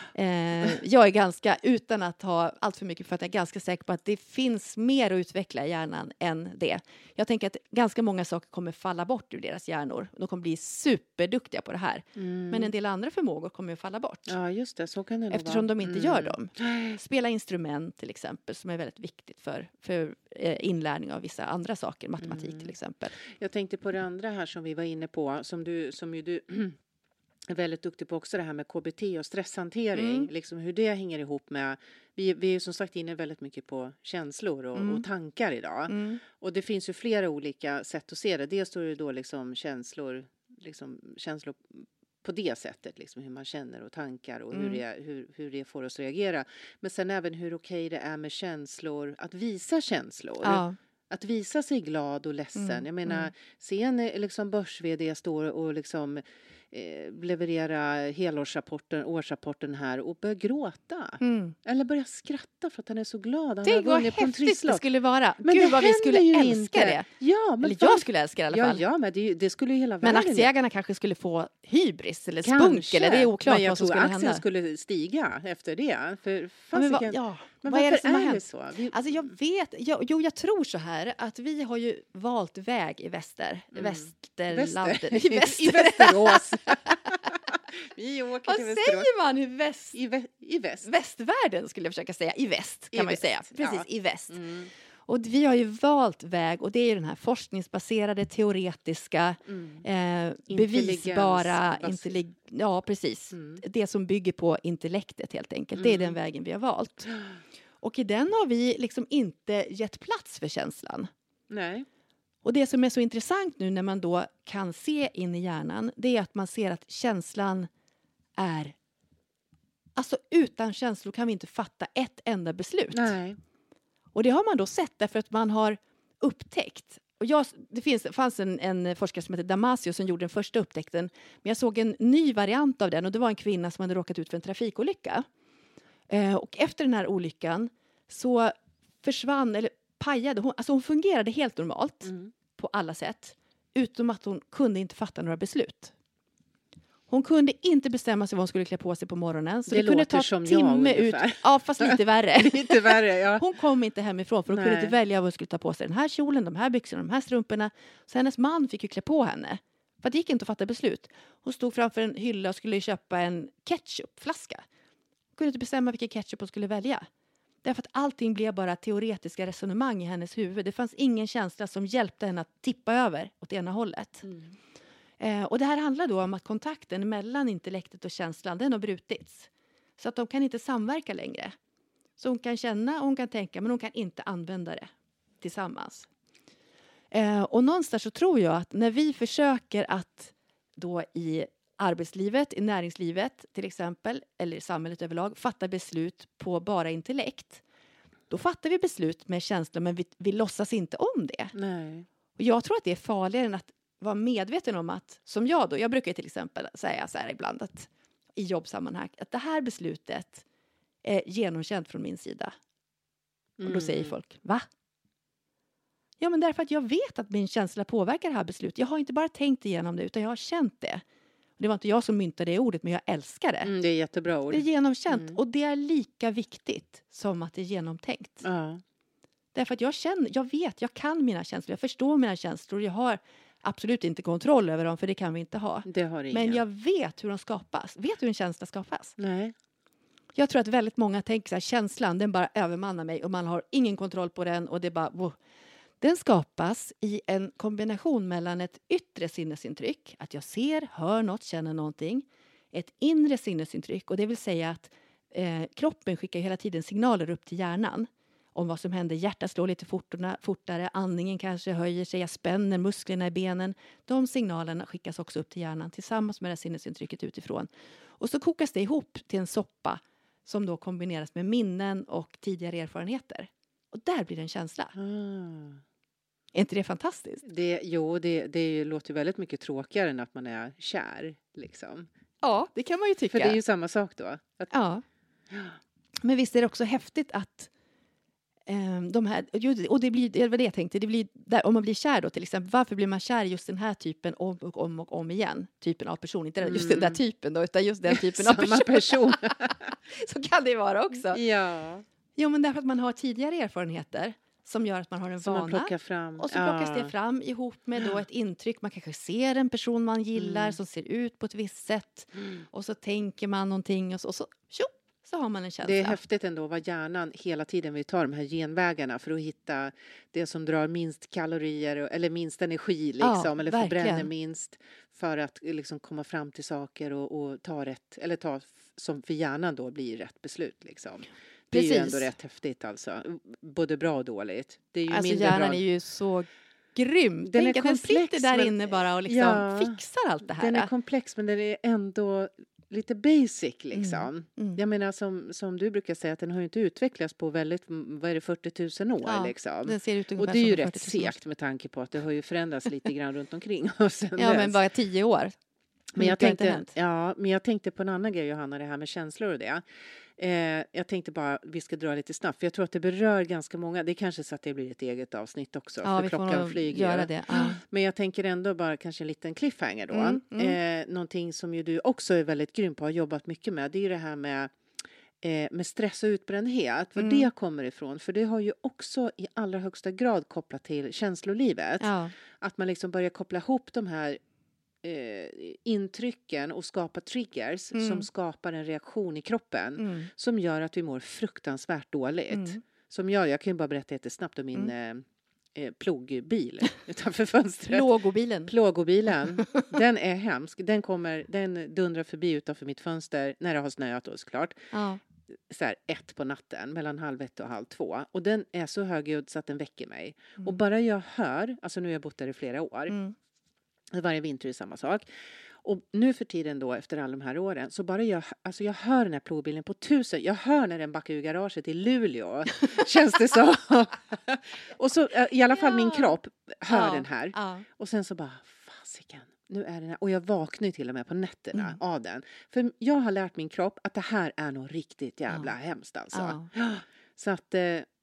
A: Eh, jag är ganska, utan att ha allt för mycket, för att jag är ganska säker på att det finns mer att utveckla i hjärnan än det. Jag tänker att ganska många saker kommer falla bort ur deras hjärnor. De kommer bli superduktiga på det här. Mm. Men en del andra förmågor kommer att falla bort.
B: Ja, just det. Så kan det
A: Eftersom
B: vara.
A: de inte mm. gör dem. Spela instrument till exempel, som är väldigt viktigt för, för eh, inlärning av vissa andra saker. Matematik mm. till exempel.
B: Jag tänkte på det andra här som vi var inne på, som du, som ju du är väldigt duktig på också, det här med K B T och stresshantering. Mm. Liksom hur det hänger ihop med, vi, vi är som sagt inne väldigt mycket på känslor och, mm. och tankar idag. Mm. Och det finns ju flera olika sätt att se det. Dels står det då liksom känslor, liksom känslor på det sättet, liksom hur man känner och tankar och mm. hur, det, hur, hur det får oss att reagera. Men sen även hur okej det är med känslor, att visa känslor. Ja. Att visa sig glad och ledsen. Mm, jag menar, mm. se en liksom börs-vd står och liksom eh, leverera helårsrapporten, årsrapporten här och börja gråta. Mm. Eller börja skratta för att han är så glad. Han
A: det var häftigt det skulle vara.
B: Men
A: Gud
B: det
A: vad vi skulle älska
B: inte.
A: det.
B: Ja, men
A: eller jag skulle älska det i alla fall.
B: Ja, ja men det, det skulle ju hela
A: men
B: världen.
A: Men aktieägarna kanske skulle få hybris eller kanske. Spunk. Eller det är oklart
B: men jag
A: vad som
B: tror
A: skulle
B: aktien
A: hända.
B: skulle stiga efter det. För
A: ja, men, va, ja.
B: men
A: vad
B: varför
A: är det som
B: är
A: har hänt?
B: Det så? Vi...
A: Alltså jag vet, jag, jo jag tror så här att vi har ju valt väg i väster, mm. västerlandet.
B: Väster.
A: I, väster.
B: I Västerås. Vi åker
A: vad
B: till
A: säger
B: Västerås.
A: man i väst?
B: I, vä- I väst.
A: Västvärlden skulle jag försöka säga. I väst kan
B: I
A: man
B: väst.
A: ju säga. Precis,
B: ja.
A: i väst.
B: Mm.
A: Och vi har ju valt väg, och det är ju den här forskningsbaserade, teoretiska, mm. eh, bevisbara, intellig- ja precis. Mm. Det som bygger på intellektet helt enkelt. Mm. Det är den vägen vi har valt. Och i den har vi liksom inte gett plats för känslan.
B: Nej.
A: Och det som är så intressant nu när man då kan se in i hjärnan, det är att man ser att känslan är, alltså utan känslor kan vi inte fatta ett enda beslut.
B: Nej.
A: Och det har man då sett därför att man har upptäckt. Och jag, det finns, fanns en, en forskare som heter Damasio som gjorde den första upptäckten. Men jag såg en ny variant av den, och det var en kvinna som hade råkat ut för en trafikolycka. Eh, och efter den här olyckan så försvann, eller pajade hon, alltså hon fungerade helt normalt mm. på alla sätt. Utom att hon kunde inte fatta några beslut. Hon kunde inte bestämma sig vad hon skulle klä på sig på morgonen. Så det, det kunde ta en timme ut. Ja, fast lite värre.
B: lite värre, ja.
A: Hon kom inte hemifrån för hon Nej. kunde inte välja vad hon skulle ta på sig. Den här kjolen, de här byxorna, de här strumporna. Så hennes man fick ju klä på henne. För det gick inte att fatta beslut. Hon stod framför en hylla och skulle köpa en ketchupflaska. Hon kunde inte bestämma vilken ketchup hon skulle välja. Därför att allting blev bara teoretiska resonemang i hennes huvud. Det fanns ingen känsla som hjälpte henne att tippa över åt ena hållet. Mm. Eh, och det här handlar då om att kontakten mellan intellektet och känslan, den har brutits. Så att de kan inte samverka längre. Så hon kan känna och hon kan tänka, men hon kan inte använda det tillsammans. Eh, och någonstans så tror jag att när vi försöker att då i arbetslivet, i näringslivet till exempel, eller i samhället överlag, fatta beslut på bara intellekt. Då fattar vi beslut med känslor, men vi, vi låtsas inte om det.
B: Nej.
A: Och jag tror att det är farligare än att vara medveten om att, som jag då, jag brukar till exempel säga så här ibland att i jobbsammanhang, att det här beslutet är genomkänt från min sida. Mm. Och då säger folk, va? Ja, men därför att jag vet att min känsla påverkar det här beslutet. Jag har inte bara tänkt igenom det, utan jag har känt det. Det var inte jag som myntade det ordet, men jag älskar det.
B: Mm, det är jättebra ord.
A: Det är genomkänt. Mm. Och det är lika viktigt som att det är genomtänkt.
B: Ja.
A: Därför att jag känner, jag vet, jag kan mina känslor. Jag förstår mina känslor. Jag har absolut inte kontroll över dem, för det kan vi inte ha.
B: Det har ingen.
A: Men jag vet hur de skapas. Vet du hur en känsla skapas?
B: Nej.
A: Jag tror att väldigt många tänker så här, känslan, den bara övermannar mig. Och man har ingen kontroll på den. Och det är bara, wow. Den skapas i en kombination mellan ett yttre sinnesintryck, att jag ser, hör något, känner någonting. Ett inre sinnesintryck, och det vill säga att eh, kroppen skickar hela tiden signaler upp till hjärnan om vad som händer. Hjärtat slår lite fortare, fortare, andningen kanske höjer sig, jag spänner musklerna i benen. De signalerna skickas också upp till hjärnan tillsammans med det sinnesintrycket utifrån. Och så kokas det ihop till en soppa som då kombineras med minnen och tidigare erfarenheter. Och där blir det en känsla. Mm. Är inte det fantastiskt?
B: Det, jo, det, det låter väldigt mycket tråkigare än att man är kär. Liksom.
A: Ja, det kan man ju tycka.
B: För det är ju samma sak då. Att...
A: Ja. Men visst är det också häftigt att um, de här... Och det blir, det var det jag tänkte. Det blir, där, om man blir kär då till exempel. Varför blir man kär i just den här typen om och om och om igen? Typen av person. Inte just den där typen då, utan just den typen av person.
B: person.
A: Så kan det vara också.
B: Ja.
A: Jo, men därför att man har tidigare erfarenheter som gör att man har en
B: som
A: vana.
B: Man plockar fram.
A: Och så plockas ja. det fram ihop med då ett intryck. Man kanske ser en person man gillar mm. som ser ut på ett visst sätt. Mm. Och så tänker man någonting och så, och så, tjo, så har man en känsla.
B: Det är häftigt ändå vad hjärnan hela tiden vill ta de här genvägarna för att hitta det som drar minst kalorier eller minst energi liksom. Ja, eller verkligen. Förbränner minst för att liksom komma fram till saker och, och ta rätt, eller ta som för hjärnan då blir rätt beslut liksom. Det är Precis. ju ändå rätt häftigt alltså. Både bra och dåligt. Det är ju
A: alltså
B: mindre
A: hjärnan
B: bra.
A: är ju så grym.
B: Den
A: Tänk
B: är
A: att den sitter där
B: men,
A: inne bara och liksom ja, fixar allt det här.
B: Den är komplex men den är ändå lite basic liksom.
A: Mm. Mm.
B: Jag menar som, som du brukar säga att den har ju inte utvecklats på väldigt, vad är det, fyrtio tusen år
A: ja,
B: liksom.
A: Den ser ut
B: och det är ju rätt segt med tanke på att det har ju förändrats lite grann runt omkring oss.
A: Ja dess. Men bara tio år.
B: Men jag, tänkte, ja, men jag tänkte på en annan grej Johanna, det här med känslor och det. Eh, jag tänkte bara, vi ska dra lite snabbt. För jag tror att det berör ganska många. Det är kanske så att det blir ett eget avsnitt också.
A: Ja,
B: för
A: vi
B: klockan
A: får
B: flyger.
A: Göra det. Ja.
B: Men jag tänker ändå bara kanske en liten cliffhanger då.
A: Mm, mm.
B: Eh, någonting som ju du också är väldigt grym på och har jobbat mycket med. Det är ju det här med, eh, med stress och utbrändhet. Var mm. det kommer ifrån. För det har ju också i allra högsta grad kopplat till känslolivet.
A: Ja.
B: Att man liksom börjar koppla ihop de här Eh, intrycken och skapa triggers mm. som skapar en reaktion i kroppen mm. som gör att vi mår fruktansvärt dåligt. Mm. Som jag, jag kan ju bara berätta jättesnabbt om min mm. eh, plogbil utanför fönstret.
A: Plågobilen.
B: Plågobilen. Den är hemsk. Den kommer, den dundrar förbi utanför mitt fönster när det har snöat då såklart.
A: Ja.
B: Så här ett på natten, mellan halv ett och halv två. Och den är så högljudd så att den väcker mig. Mm. Och bara jag hör, alltså nu har jag bott där i flera år. Mm. Varje vinter är samma sak. Och nu för tiden då, efter alla de här åren, så bara jag, alltså jag hör den här plogbilen på tusen. Jag hör när den backar ur garaget i Luleå. Känns det så? Och så, i alla fall ja. min kropp hör ja. den här. Ja. Och sen så bara, fasiken, nu är den här. Och jag vaknar till och med på nätterna mm. av den. För jag har lärt min kropp att det här är nog riktigt jävla ja. hemskt alltså. Ja. Så att...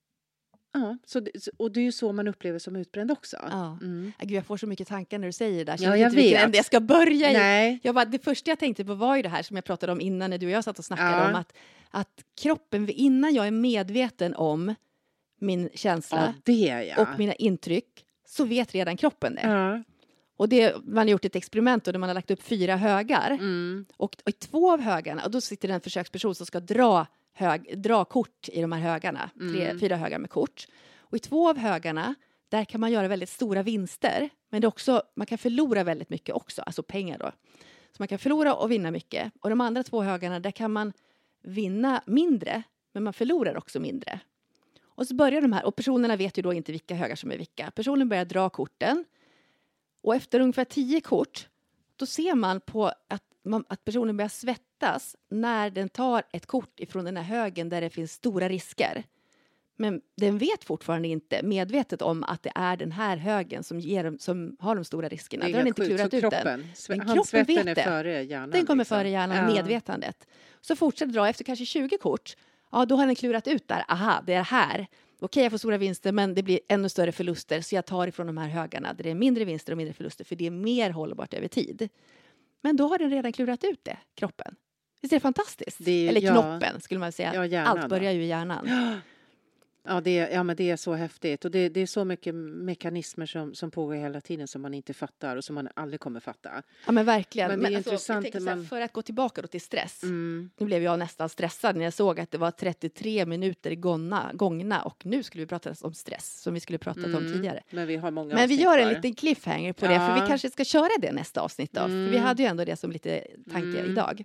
B: Ja, så det, och det är ju så man upplever som utbränd också.
A: Ja. Mm. Gud, jag får så mycket tankar när du säger det där.
B: Ja, jag vet.
A: Ända jag ska börja
B: Nej.
A: i. Jag bara, det första jag tänkte på var ju det här som jag pratade om innan när du och jag satt och snackade ja. om. Att, att kroppen, innan jag är medveten om min känsla
B: ja, det, ja.
A: och mina intryck, så vet redan kroppen det.
B: Ja.
A: Och det, man har gjort ett experiment där man har lagt upp fyra högar.
B: Mm.
A: Och, och i två av högarna, och då sitter det en försöksperson som ska dra Hög, dra kort i de här högarna. Tre, mm. Fyra högar med kort. Och i två av högarna, där kan man göra väldigt stora vinster. Men det är också, man kan förlora väldigt mycket också. Alltså pengar då. Så man kan förlora och vinna mycket. Och de andra två högarna, där kan man vinna mindre. Men man förlorar också mindre. Och så börjar de här, och personerna vet ju då inte vilka högar som är vilka. Personen börjar dra korten. Och efter ungefär tio kort, då ser man på att att personen börjar svettas när den tar ett kort ifrån den här högen där det finns stora risker. Men den vet fortfarande inte medvetet om att det är den här högen som, ger dem, som har de stora riskerna. Den har inte klurat ut
B: kroppen,
A: den. Men
B: kroppen vet det. Är före hjärnan,
A: den kommer
B: liksom.
A: före hjärnan,
B: ja.
A: medvetandet. Så fortsätter dra efter kanske tjugo kort. Ja, då har den klurat ut där. Aha, det är här. Okej, jag får stora vinster men det blir ännu större förluster. Så jag tar ifrån de här högarna där det är mindre vinster och mindre förluster. För det är mer hållbart över tid. Men då har den redan klurat ut det, kroppen. Visst är det fantastiskt? Det är, Eller ja, knoppen skulle man säga.
B: Ja, hjärnan,
A: allt börjar ju i hjärnan.
B: Ja. Ja, det är, ja, men det är så häftigt. Och det, det är så mycket mekanismer som, som pågår hela tiden som man inte fattar och som man aldrig kommer fatta.
A: Ja, men verkligen.
B: Men det är
A: men alltså,
B: intressant
A: jag
B: man...
A: så här, för att gå tillbaka då till stress.
B: Mm.
A: Nu blev jag nästan stressad när jag såg att det var trettiotre minuter gångna, gångna och nu skulle vi prata om stress som vi skulle prata mm. om tidigare.
B: Men vi har många
A: Men vi gör en liten cliffhanger på
B: ja.
A: det, för vi kanske ska köra det nästa avsnitt då.
B: Mm.
A: För vi hade ju ändå det som lite tanke
B: mm.
A: idag.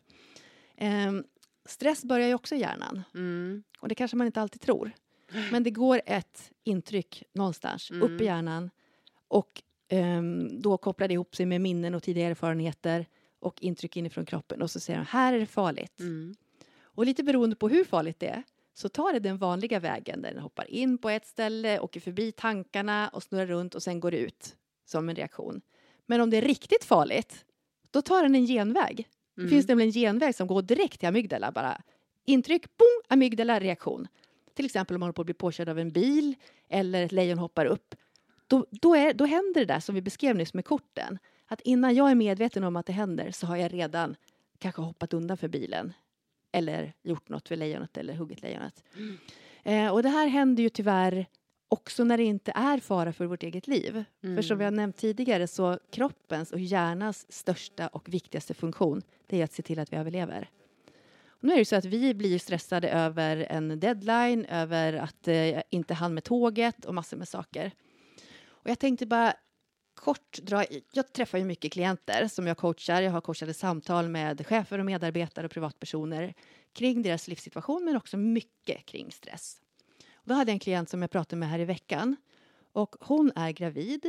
A: Um, stress börjar ju också i hjärnan.
B: Mm.
A: Och det kanske man inte alltid tror. Men det går ett intryck någonstans
B: mm.
A: upp i hjärnan. Och um, då kopplar det ihop sig med minnen och tidigare erfarenheter. Och intryck inifrån kroppen. Och så säger de, här är det farligt.
B: Mm.
A: Och lite beroende på hur farligt det är. Så tar det den vanliga vägen. Där den hoppar in på ett ställe. Åker förbi tankarna. Och snurrar runt. Och sen går det ut. Som en reaktion. Men om det är riktigt farligt. Då tar den en genväg. Mm. Det finns nämligen en genväg som går direkt till amygdala. Bara intryck, boom, amygdala, reaktion. Till exempel om man håller på att bli påkörd av en bil. Eller ett lejon hoppar upp. Då, då, är, då händer det där som vi beskrev nyss med korten. Att innan jag är medveten om att det händer. Så har jag redan kanske hoppat undan för bilen. Eller gjort något för lejonet. Eller huggit lejonet. Mm. Eh, och det här händer ju tyvärr också när det inte är fara för vårt eget liv. Mm. För som vi har nämnt tidigare så kroppens och hjärnans största och viktigaste funktion. Det är att se till att vi överlever. Och nu är det så att vi blir stressade över en deadline. Över att eh, inte hann med tåget och massor med saker. Och jag tänkte bara kort dra. Jag träffar ju mycket klienter som jag coachar. Jag har coachade samtal med chefer och medarbetare och privatpersoner. Kring deras livssituation men också mycket kring stress. Och då hade jag en klient som jag pratade med här i veckan. Och hon är gravid.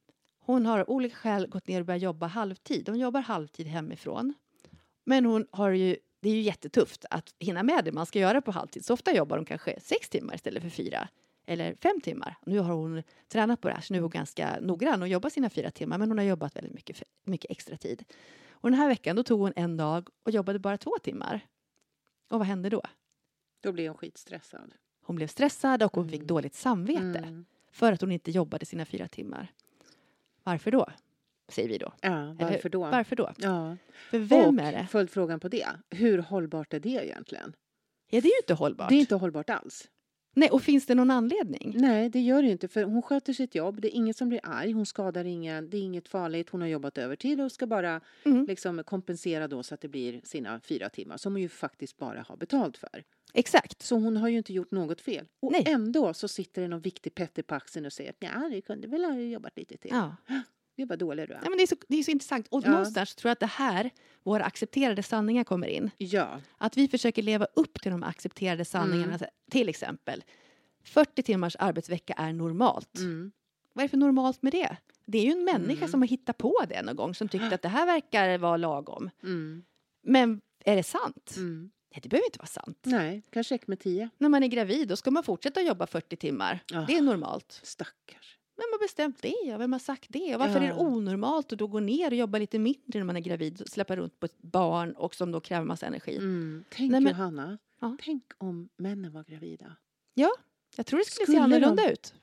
A: Hon har av olika skäl gått ner och börjat jobba halvtid. Hon jobbar halvtid hemifrån. Men hon har ju, det är ju jättetufft att hinna med det man ska göra på halvtid. Så ofta jobbar hon kanske sex timmar istället för fyra. Eller fem timmar. Nu har hon tränat på det här. Så nu är hon ganska noggrann och jobbar sina fyra timmar. Men hon har jobbat väldigt mycket, mycket extra tid. Och den här veckan då tog hon en dag och jobbade bara två timmar. Och vad hände då?
B: Då blev hon skitstressad.
A: Hon blev stressad och hon
B: mm.
A: fick dåligt samvete.
B: Mm.
A: För att hon inte jobbade sina fyra timmar. Varför då? Säger vi då.
B: Ja, varför då?
A: Varför då?
B: Ja.
A: För vem
B: och
A: är det?
B: följdfrågan på det. Hur hållbart är det egentligen?
A: Ja, det är ju inte hållbart.
B: Det är inte hållbart alls.
A: Nej, och finns det någon anledning?
B: Nej, det gör det inte. För hon sköter sitt jobb. Det är inget som blir arg. Hon skadar ingen. Det är inget farligt. Hon har jobbat övertid och ska bara mm. liksom kompensera då så att det blir sina fyra timmar. Som hon ju faktiskt bara har betalt för.
A: Exakt.
B: Så hon har ju inte gjort något fel. Och
A: Nej.
B: ändå så sitter det någon viktig petter på axeln och säger att ja, du kunde väl ha jobbat lite till.
A: Ja.
B: Det var dålig du är.
A: Ja, men det är så, det är så intressant. Och
B: ja.
A: någonstans tror jag att det här, våra accepterade sanningar kommer in.
B: Ja.
A: Att vi försöker leva upp till de accepterade sanningarna. Mm. Till exempel, fyrtio timmars arbetsvecka är normalt.
B: Mm.
A: Vad är det för normalt med det? Det är ju en människa
B: mm.
A: som har hittat på det någon gång. Som tyckte att det här verkar vara lagom.
B: Mm.
A: Men är det sant?
B: Mm.
A: Nej, det behöver inte vara sant.
B: Nej, kanske räcker med tio.
A: När man är gravid, då ska man fortsätta jobba fyrtio timmar. Oh, det är normalt.
B: Stackars.
A: Vem har bestämt det? Vem har sagt det? Och varför ja. är det onormalt att då gå ner och jobba lite mindre när man är gravid? Och släppa runt på ett barn och som då kräver massa energi.
B: Mm. Tänk Nej, men, Johanna, ja. tänk om männen var gravida.
A: Ja, jag tror det skulle,
B: skulle
A: se annorlunda
B: de...
A: ut.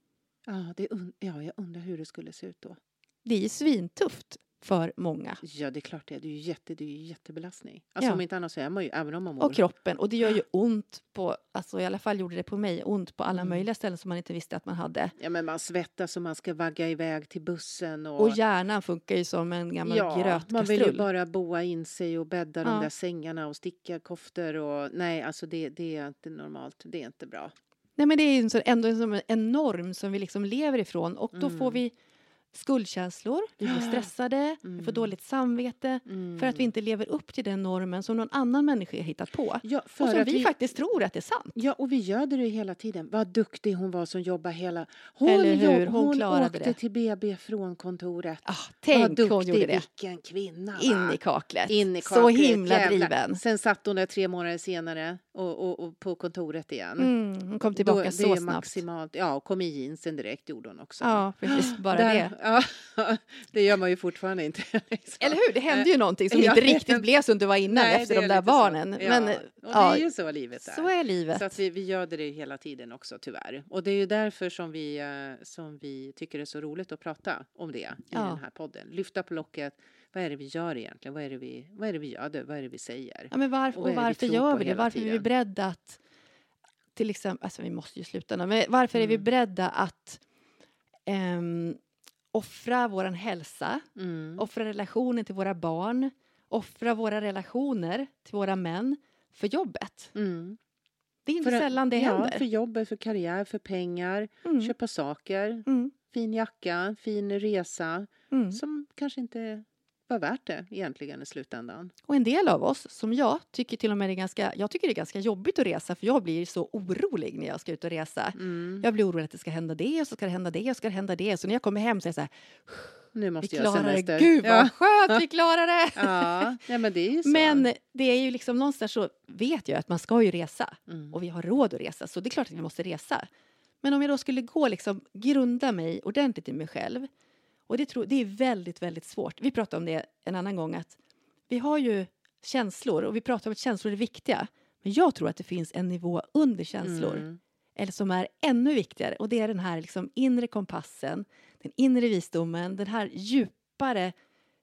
B: Ja, det un... ja, jag undrar hur det skulle se ut då.
A: Det är ju svintufft för många.
B: Ja, det är klart det är. Det är ju jätte, det är ju jättebelastning. Alltså ja. om inte annat så är man ju, även om man mår.
A: Och kroppen. Och det gör ju ont på, alltså i alla fall gjorde det på mig, ont på alla mm. möjliga ställen som man inte visste att man hade.
B: Ja, men man svettas och man ska vagga iväg till bussen. Och,
A: och hjärnan funkar ju som en gammal
B: ja,
A: grötkastrull.
B: Man vill ju bara boa in sig och bädda
A: ja.
B: de där sängarna och sticka koftor och nej, alltså det, det är inte normalt. Det är inte bra.
A: Nej, men det är ju ändå som en norm som vi liksom lever ifrån. Och då mm. får vi skuldkänslor, vi blir stressade, mm. vi får dåligt samvete mm. för att vi inte lever upp till den normen som någon annan människa har hittat på.
B: Ja,
A: och som vi, vi faktiskt tror att det är sant.
B: Ja, och vi gör det hela tiden. Vad duktig hon var som jobbar hela... Hon,
A: Eller hur?
B: Jobb,
A: hon,
B: hon
A: klarade
B: åkte
A: det.
B: till B B från kontoret.
A: Ah, tänk
B: vad duktig,
A: hon gjorde det.
B: Vilken kvinna. Va?
A: In i kaklet.
B: In i kaklet.
A: Så himla
B: Jävla.
A: driven.
B: Sen satt hon där tre månader senare och, och, och på kontoret igen.
A: Mm, hon kom tillbaka Då, så
B: det är
A: snabbt.
B: Maximalt. Ja, och kom i jeansen direkt gjorde hon också.
A: Ja, precis. Bara
B: där,
A: det.
B: Ja, det gör man ju fortfarande inte. Liksom.
A: Eller hur? Det hände ju någonting som ja, inte riktigt blev som det var innan nej, efter de där barnen.
B: Ja,
A: men,
B: och
A: ja,
B: det är ju så livet är.
A: Så är livet.
B: Så att vi, vi gör det hela tiden också, tyvärr. Och det är ju därför som vi, som vi tycker det är så roligt att prata om det i ja. den här podden. Lyfta på locket. Vad är det vi gör egentligen? Vad är det vi, vad är det vi gör? Vad är det vi säger?
A: Ja, men varför, och, och varför vi gör vi det? Varför tiden? är vi beredda att till exempel, alltså vi måste ju sluta nu, men varför mm. är vi beredda att um, offra våran hälsa, mm. offra relationen till våra barn, offra våra relationer till våra män för jobbet? Mm. Det är inte för, sällan det
B: ja,
A: händer.
B: För jobbet, för karriär, för pengar, mm. köpa saker, mm. fin jacka, fin resa mm. som kanske inte var värt det egentligen i slutändan.
A: Och en del av oss, som jag, tycker till och med det är ganska, jag tycker det är ganska jobbigt att resa, för jag blir så orolig när jag ska ut och resa. Mm. Jag blir orolig att det ska hända det, och så ska det hända det, och så ska det hända det. Så när jag kommer hem så är jag så här,
B: nu måste
A: vi
B: jag
A: klarar
B: semester.
A: det. Gud vad ja. skönt, vi klarar det.
B: Ja, ja, men det är ju så.
A: Men det är ju liksom någonstans så vet jag att man ska ju resa. Mm. Och vi har råd att resa, så det är klart att vi måste resa. Men om jag då skulle gå liksom grunda mig ordentligt i mig själv. Och det, tror, det är väldigt, väldigt svårt. Vi pratade om det en annan gång, att vi har ju känslor, och vi pratar om att känslor är viktiga. Men jag tror att det finns en nivå under känslor. Mm. Eller som är ännu viktigare. Och det är den här liksom inre kompassen, den inre visdomen, den här djupare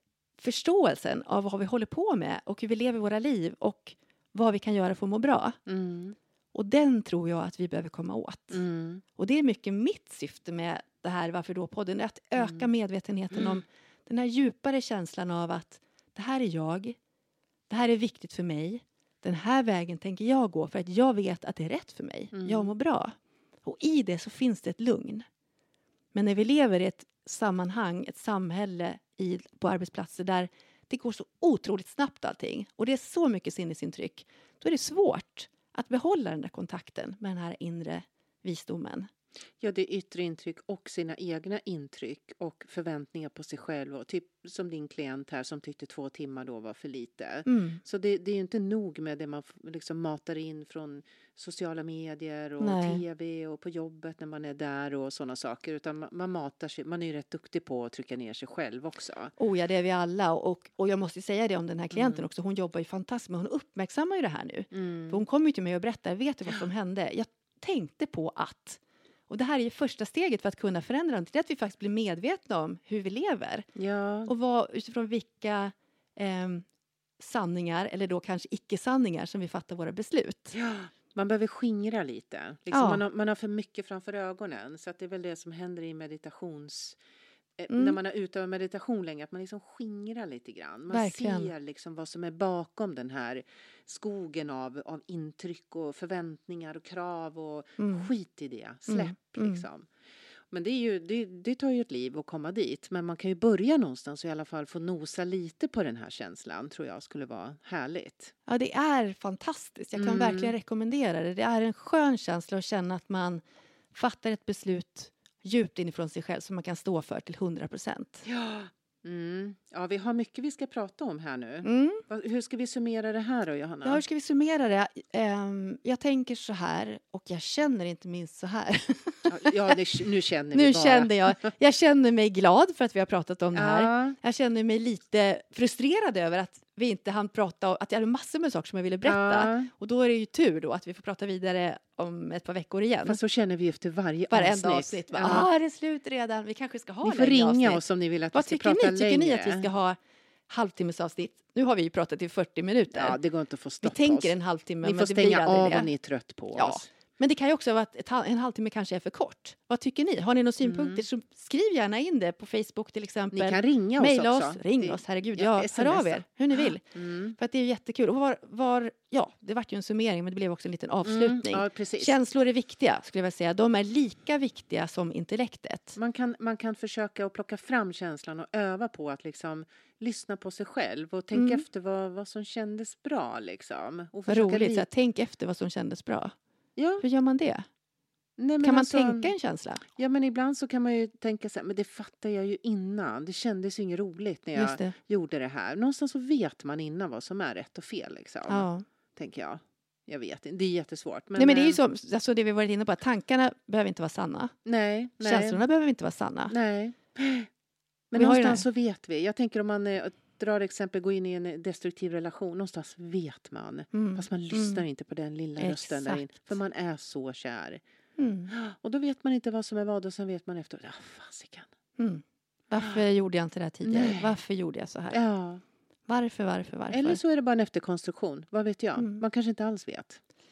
A: förståelsen av vad vi håller på med och hur vi lever våra liv och vad vi kan göra för att må bra. Mm. Och den tror jag att vi behöver komma åt. Mm. Och det är mycket mitt syfte med det här Varför då-podden, att öka mm. medvetenheten mm. om den här djupare känslan av att det här är jag, det här är viktigt för mig, den här vägen tänker jag gå för att jag vet att det är rätt för mig. Mm. Jag mår bra. Och i det så finns det ett lugn. Men när vi lever i ett sammanhang, ett samhälle i, på arbetsplatser där det går så otroligt snabbt allting, och det är så mycket sinnesintryck, då är det svårt att behålla den där kontakten med den här inre visdomen.
B: Ja, det är yttre intryck och sina egna intryck och förväntningar på sig själv. Och typ som din klient här som tyckte två timmar då var för lite. Mm. Så det, det är ju inte nog med det man liksom matar in från sociala medier och Nej. tv och på jobbet när man är där och sådana saker. Utan man, man matar sig, man är ju rätt duktig på att trycka ner sig själv också.
A: Oh ja, det är vi alla. Och, och jag måste säga det om den här klienten mm. också. Hon jobbar ju fantastiskt, men hon uppmärksammar ju det här nu. Mm. För hon kommer ju till mig och berättar, vet du vad som hände? Jag tänkte på att... Och det här är ju första steget för att kunna förändra någonting. Det är att vi faktiskt blir medvetna om hur vi lever. Ja. Och vad, utifrån vilka eh, sanningar, eller då kanske icke-sanningar, som vi fattar våra beslut.
B: Ja. Man behöver skingra lite. Liksom ja. man, har, man har för mycket framför ögonen. Så att det är väl det som händer i meditations... Mm. När man har utövat meditation länge, att man liksom skingrar lite grann. Man Verkligen. ser liksom vad som är bakom den här skogen av, av intryck och förväntningar och krav och mm. skit i det. Släpp mm. liksom. Men det, är ju, det, det tar ju ett liv att komma dit. Men man kan ju börja någonstans och i alla fall få nosa lite på den här känslan, tror jag skulle vara härligt.
A: Ja, det är fantastiskt. Jag kan mm. verkligen rekommendera det. Det är en skön känsla att känna att man fattar ett beslut djupt inifrån sig själv som man kan stå för till hundra procent.
B: Ja. Mm. Ja, vi har mycket vi ska prata om här nu. Mm. Hur ska vi summera det här då, Johanna?
A: Ja, hur ska vi summera det? Um, jag tänker så här, och jag känner inte minst så här.
B: Ja, det, nu känner vi
A: nu
B: bara.
A: Kände jag. Jag känner mig glad för att vi har pratat om det här. Ja. Jag känner mig lite frustrerad över att vi inte hann prata, att jag hade massor med saker som jag ville berätta. Ja. Och då är det ju tur då att vi får prata vidare om ett par veckor igen.
B: Fast så känner vi efter varje
A: Varenda
B: avsnitt.
A: avsnitt. Ja, ah, är det slut redan? Vi kanske ska ha
B: längre avsnitt. Ni får ringa oss om ni vill att
A: Vad
B: vi ska prata
A: ni?
B: längre.
A: Tycker ni att vi ska ha halvtimmesavsnitt? Nu har vi ju pratat i fyrtio minuter.
B: Ja, det går inte att få stopp
A: Vi tänker oss. en halvtimme.
B: Ni får
A: men
B: stänga
A: det
B: av
A: det.
B: om ni är trött på
A: ja.
B: oss.
A: Men det kan ju också vara att ett, en halvtimme kanske är för kort. Vad tycker ni? Har ni några synpunkter mm. så skriv gärna in det på Facebook till exempel.
B: Ni kan ringa oss
A: Maila
B: också.
A: oss, ring det, oss, herregud. Ja, hör av er, hur ni vill. Mm. För att det är jättekul. Och var, var, ja, det var ju en summering, men det blev också en liten avslutning.
B: Mm. Ja, precis.
A: Känslor är viktiga, skulle jag vilja säga. De är lika viktiga som intellektet.
B: Man kan, man kan försöka att plocka fram känslan och öva på att liksom lyssna på sig själv och tänka mm. efter vad, vad som kändes bra. Liksom. Och
A: vad roligt, li- så här, tänk efter vad som kändes bra.
B: Ja.
A: Hur gör man det?
B: Nej,
A: kan man
B: alltså,
A: tänka en känsla?
B: Ja, men ibland så kan man ju tänka så här, men det fattar jag ju innan. Det kändes ju inget roligt när jag det. gjorde det här. Någonstans så vet man innan vad som är rätt och fel, liksom. Ja. Tänker jag. Jag vet inte, det är jättesvårt. Men,
A: nej, men det är ju så, alltså det vi varit inne på, att tankarna behöver inte vara sanna.
B: Nej. nej.
A: Känslorna behöver inte vara sanna.
B: Nej. Men vi någonstans så vet vi. Jag tänker om man eh, drar exempel, går in i en destruktiv relation. Någonstans vet man. Mm. Fast man lyssnar mm. inte på den lilla Exakt. rösten där in. För man är så kär. Mm. Och då vet man inte vad som är vad och sen vet man efter. Ja, fasiken.
A: Mm. Varför ah. gjorde jag inte det här tidigare? Nej. Varför gjorde jag så här?
B: Ja.
A: Varför, varför, varför?
B: Eller så är det bara en efterkonstruktion. Vad vet jag? Mm. Man kanske inte alls vet.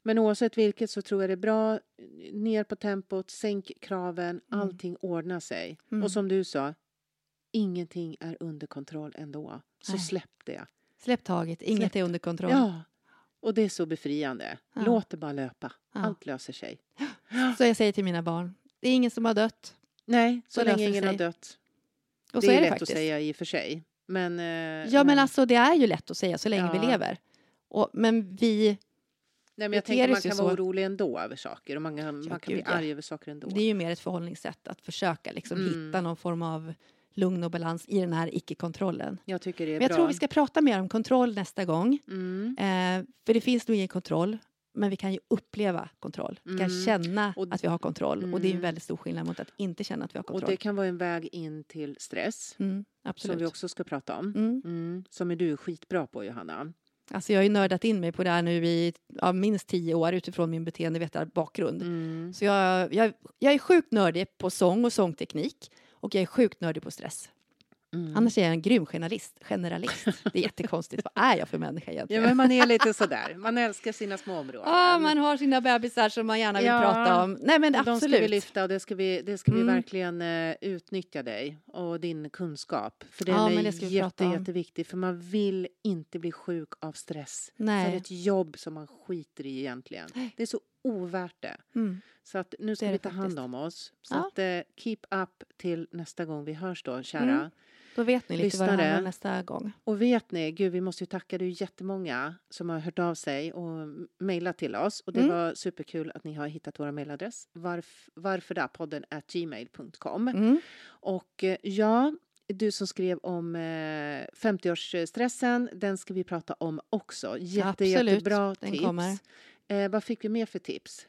B: Men oavsett vilket så tror jag det är bra. Ner på tempot, sänk kraven,
A: Mm.
B: allting ordnar sig.
A: Mm.
B: Och som du sa, ingenting är under kontroll ändå. Så
A: Nej.
B: släpp det.
A: Släpp taget, inget
B: Släpp.
A: är under kontroll.
B: Ja, och det är så befriande.
A: Ja.
B: Låt det bara löpa.
A: Ja.
B: Allt löser sig.
A: Så jag säger till mina barn, det är ingen som har dött.
B: Nej, så
A: Det
B: länge
A: löser
B: ingen
A: sig.
B: har dött.
A: Och
B: det
A: så
B: är,
A: är det
B: lätt
A: faktiskt.
B: att säga i och för sig. Men, eh,
A: Ja, men alltså det är ju lätt att säga så länge
B: Ja.
A: vi lever. Och, men vi,
B: Nej, men jag
A: beter
B: tänker man
A: sig
B: kan
A: så.
B: vara orolig ändå över saker. Och man kan, man kan bli
A: gud, ja.
B: arg över saker ändå.
A: det är ju mer ett förhållningssätt att försöka liksom
B: Mm.
A: hitta någon form av lugn och balans i den här icke-kontrollen.
B: Jag tycker det är
A: Men jag
B: bra.
A: tror vi ska prata mer om kontroll nästa gång.
B: Mm.
A: Eh, för det finns nog ingen kontroll. Men vi kan ju uppleva kontroll. Vi kan
B: Mm.
A: känna
B: Och-
A: att vi har kontroll. Och det är en
B: Mm.
A: väldigt stor skillnad mot att inte känna att vi har
B: Och
A: kontroll.
B: det kan vara en väg in till stress.
A: Mm,
B: Som
A: absolut.
B: vi också ska prata om.
A: Mm.
B: Mm. Som är du skitbra på, Johanna.
A: Alltså jag har ju nördat in mig på det här nu i ja, minst tio år utifrån min beteendevetarbakgrund.
B: Mm.
A: Så jag, jag, jag är sjukt nördig på sång och sångteknik. Och jag är sjukt nördig på stress.
B: Mm.
A: Annars är jag en grym generalist. generalist. Det är jättekonstigt. Vad är jag för människa
B: Ja,
A: egentligen?
B: men man är lite sådär. Man älskar sina små områden.
A: Ja, man har sina bebisar som man gärna vill
B: Ja.
A: prata om. Nej, men
B: Och de ska vi
A: absolut.
B: lyfta och det ska vi, det ska vi
A: Mm.
B: verkligen uh, utnyttja dig och din kunskap. För den
A: Ja,
B: är
A: men det ska vi
B: jätte,
A: prata om.
B: jätteviktig. För man vill inte bli sjuk av stress.
A: Nej.
B: För ett jobb som man skiter i egentligen. Det är så ovärt det.
A: Mm.
B: Så att nu ska
A: Det är
B: vi
A: det
B: ta hand
A: faktiskt.
B: om oss. Så
A: Ja.
B: att uh, keep up till nästa gång vi hörs då, kära.
A: Mm. Då vet ni lite vad det
B: Lyssnare.
A: handlar om nästa gång.
B: Och vet ni, gud vi måste ju tacka, det är ju jättemånga som har hört av sig och mejlat till oss. Och det
A: Mm.
B: var superkul att ni har hittat vår mejladress. Varf, varför där podden at gmail punkt com.
A: Mm.
B: Och eh, ja, du som skrev om eh, femtioårsstressen, den ska vi prata om också. Jätte,
A: Absolut,
B: jättebra
A: den
B: tips.
A: kommer.
B: Eh, vad fick vi mer för tips?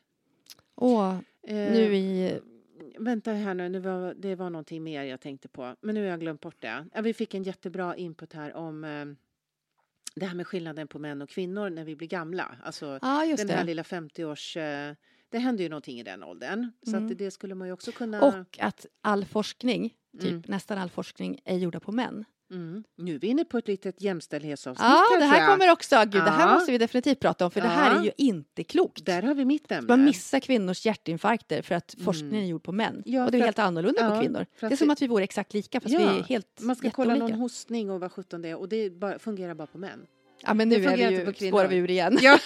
A: Åh,
B: Eh,
A: nu i...
B: Vänta här nu, nu var, det var någonting mer jag tänkte på. Men nu har jag glömt bort det. Ja, vi fick en jättebra input här om eh, det här med skillnaden på män och kvinnor när vi blir gamla. Alltså
A: Ja, just
B: den
A: det.
B: här lilla femtio-års... Eh, det händer ju någonting i den åldern. Så
A: Mm.
B: att det skulle man ju också kunna...
A: Och att all forskning, typ
B: Mm.
A: nästan all forskning, är gjorda på män.
B: Mm. Nu är vi inne på ett litet jämställdhetsavsnitt
A: Ja, det
B: kanske.
A: här kommer också. Gud, det här
B: Ja.
A: måste vi definitivt prata om. För det här
B: Ja.
A: är ju inte klokt.
B: Där har vi mitt ämne.
A: Man missar kvinnors hjärtinfarkter för att
B: Mm.
A: forskningen är gjord på män.
B: Ja,
A: och det är
B: för
A: helt annorlunda
B: ja,
A: på kvinnor.
B: för att
A: Det är som
B: det-
A: att vi vore exakt lika fast
B: Ja,
A: vi är helt
B: Man ska kolla
A: jätteolika.
B: någon hostning och vad sjutton det är. Och det är bara, fungerar bara på män.
A: Ja, men
B: det
A: nu är
B: fungerar
A: vi
B: inte
A: ju,
B: på kvinnor.
A: spårar vi ur igen.
B: Ja.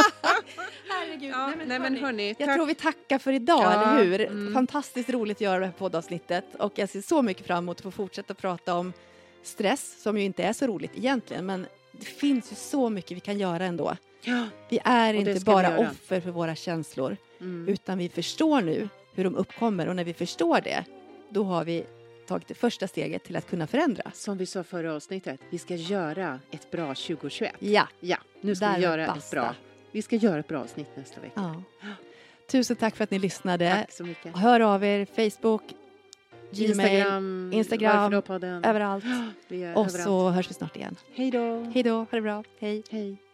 A: Herregud.
B: Ja,
A: nej, men,
B: nej, men
A: hörni,
B: hörni,
A: jag
B: tack.
A: tror vi tackar för idag,
B: Ja,
A: eller hur?
B: mm.
A: Fantastiskt roligt att göra det här poddavsnittet. Och jag ser så mycket fram emot att få fortsätta prata om stress, som ju inte är så roligt egentligen. Men det finns ju så mycket vi kan göra ändå.
B: Ja.
A: Vi är
B: Och det
A: inte
B: ska vi
A: bara
B: göra.
A: offer för våra känslor.
B: Mm.
A: Utan vi förstår nu hur de uppkommer. Och när vi förstår det, då har vi tagit det första steget till att kunna förändra.
B: Som vi sa förra avsnittet, vi ska göra ett bra tjugohundratjugoett.
A: Ja,
B: Ja, nu ska
A: Där
B: vi göra ett
A: basta.
B: bra. Vi ska göra ett bra avsnitt nästa vecka.
A: ja. Tusen tack för att ni lyssnade.
B: Tack så mycket.
A: Hör av er, Facebook, Gmail,
B: Instagram,
A: Instagram,
B: Varför då podden?
A: överallt.
B: Vi är
A: Och
B: överallt.
A: så hörs vi snart igen.
B: Hej då.
A: Hej då, ha det bra. Hej.
B: Hej.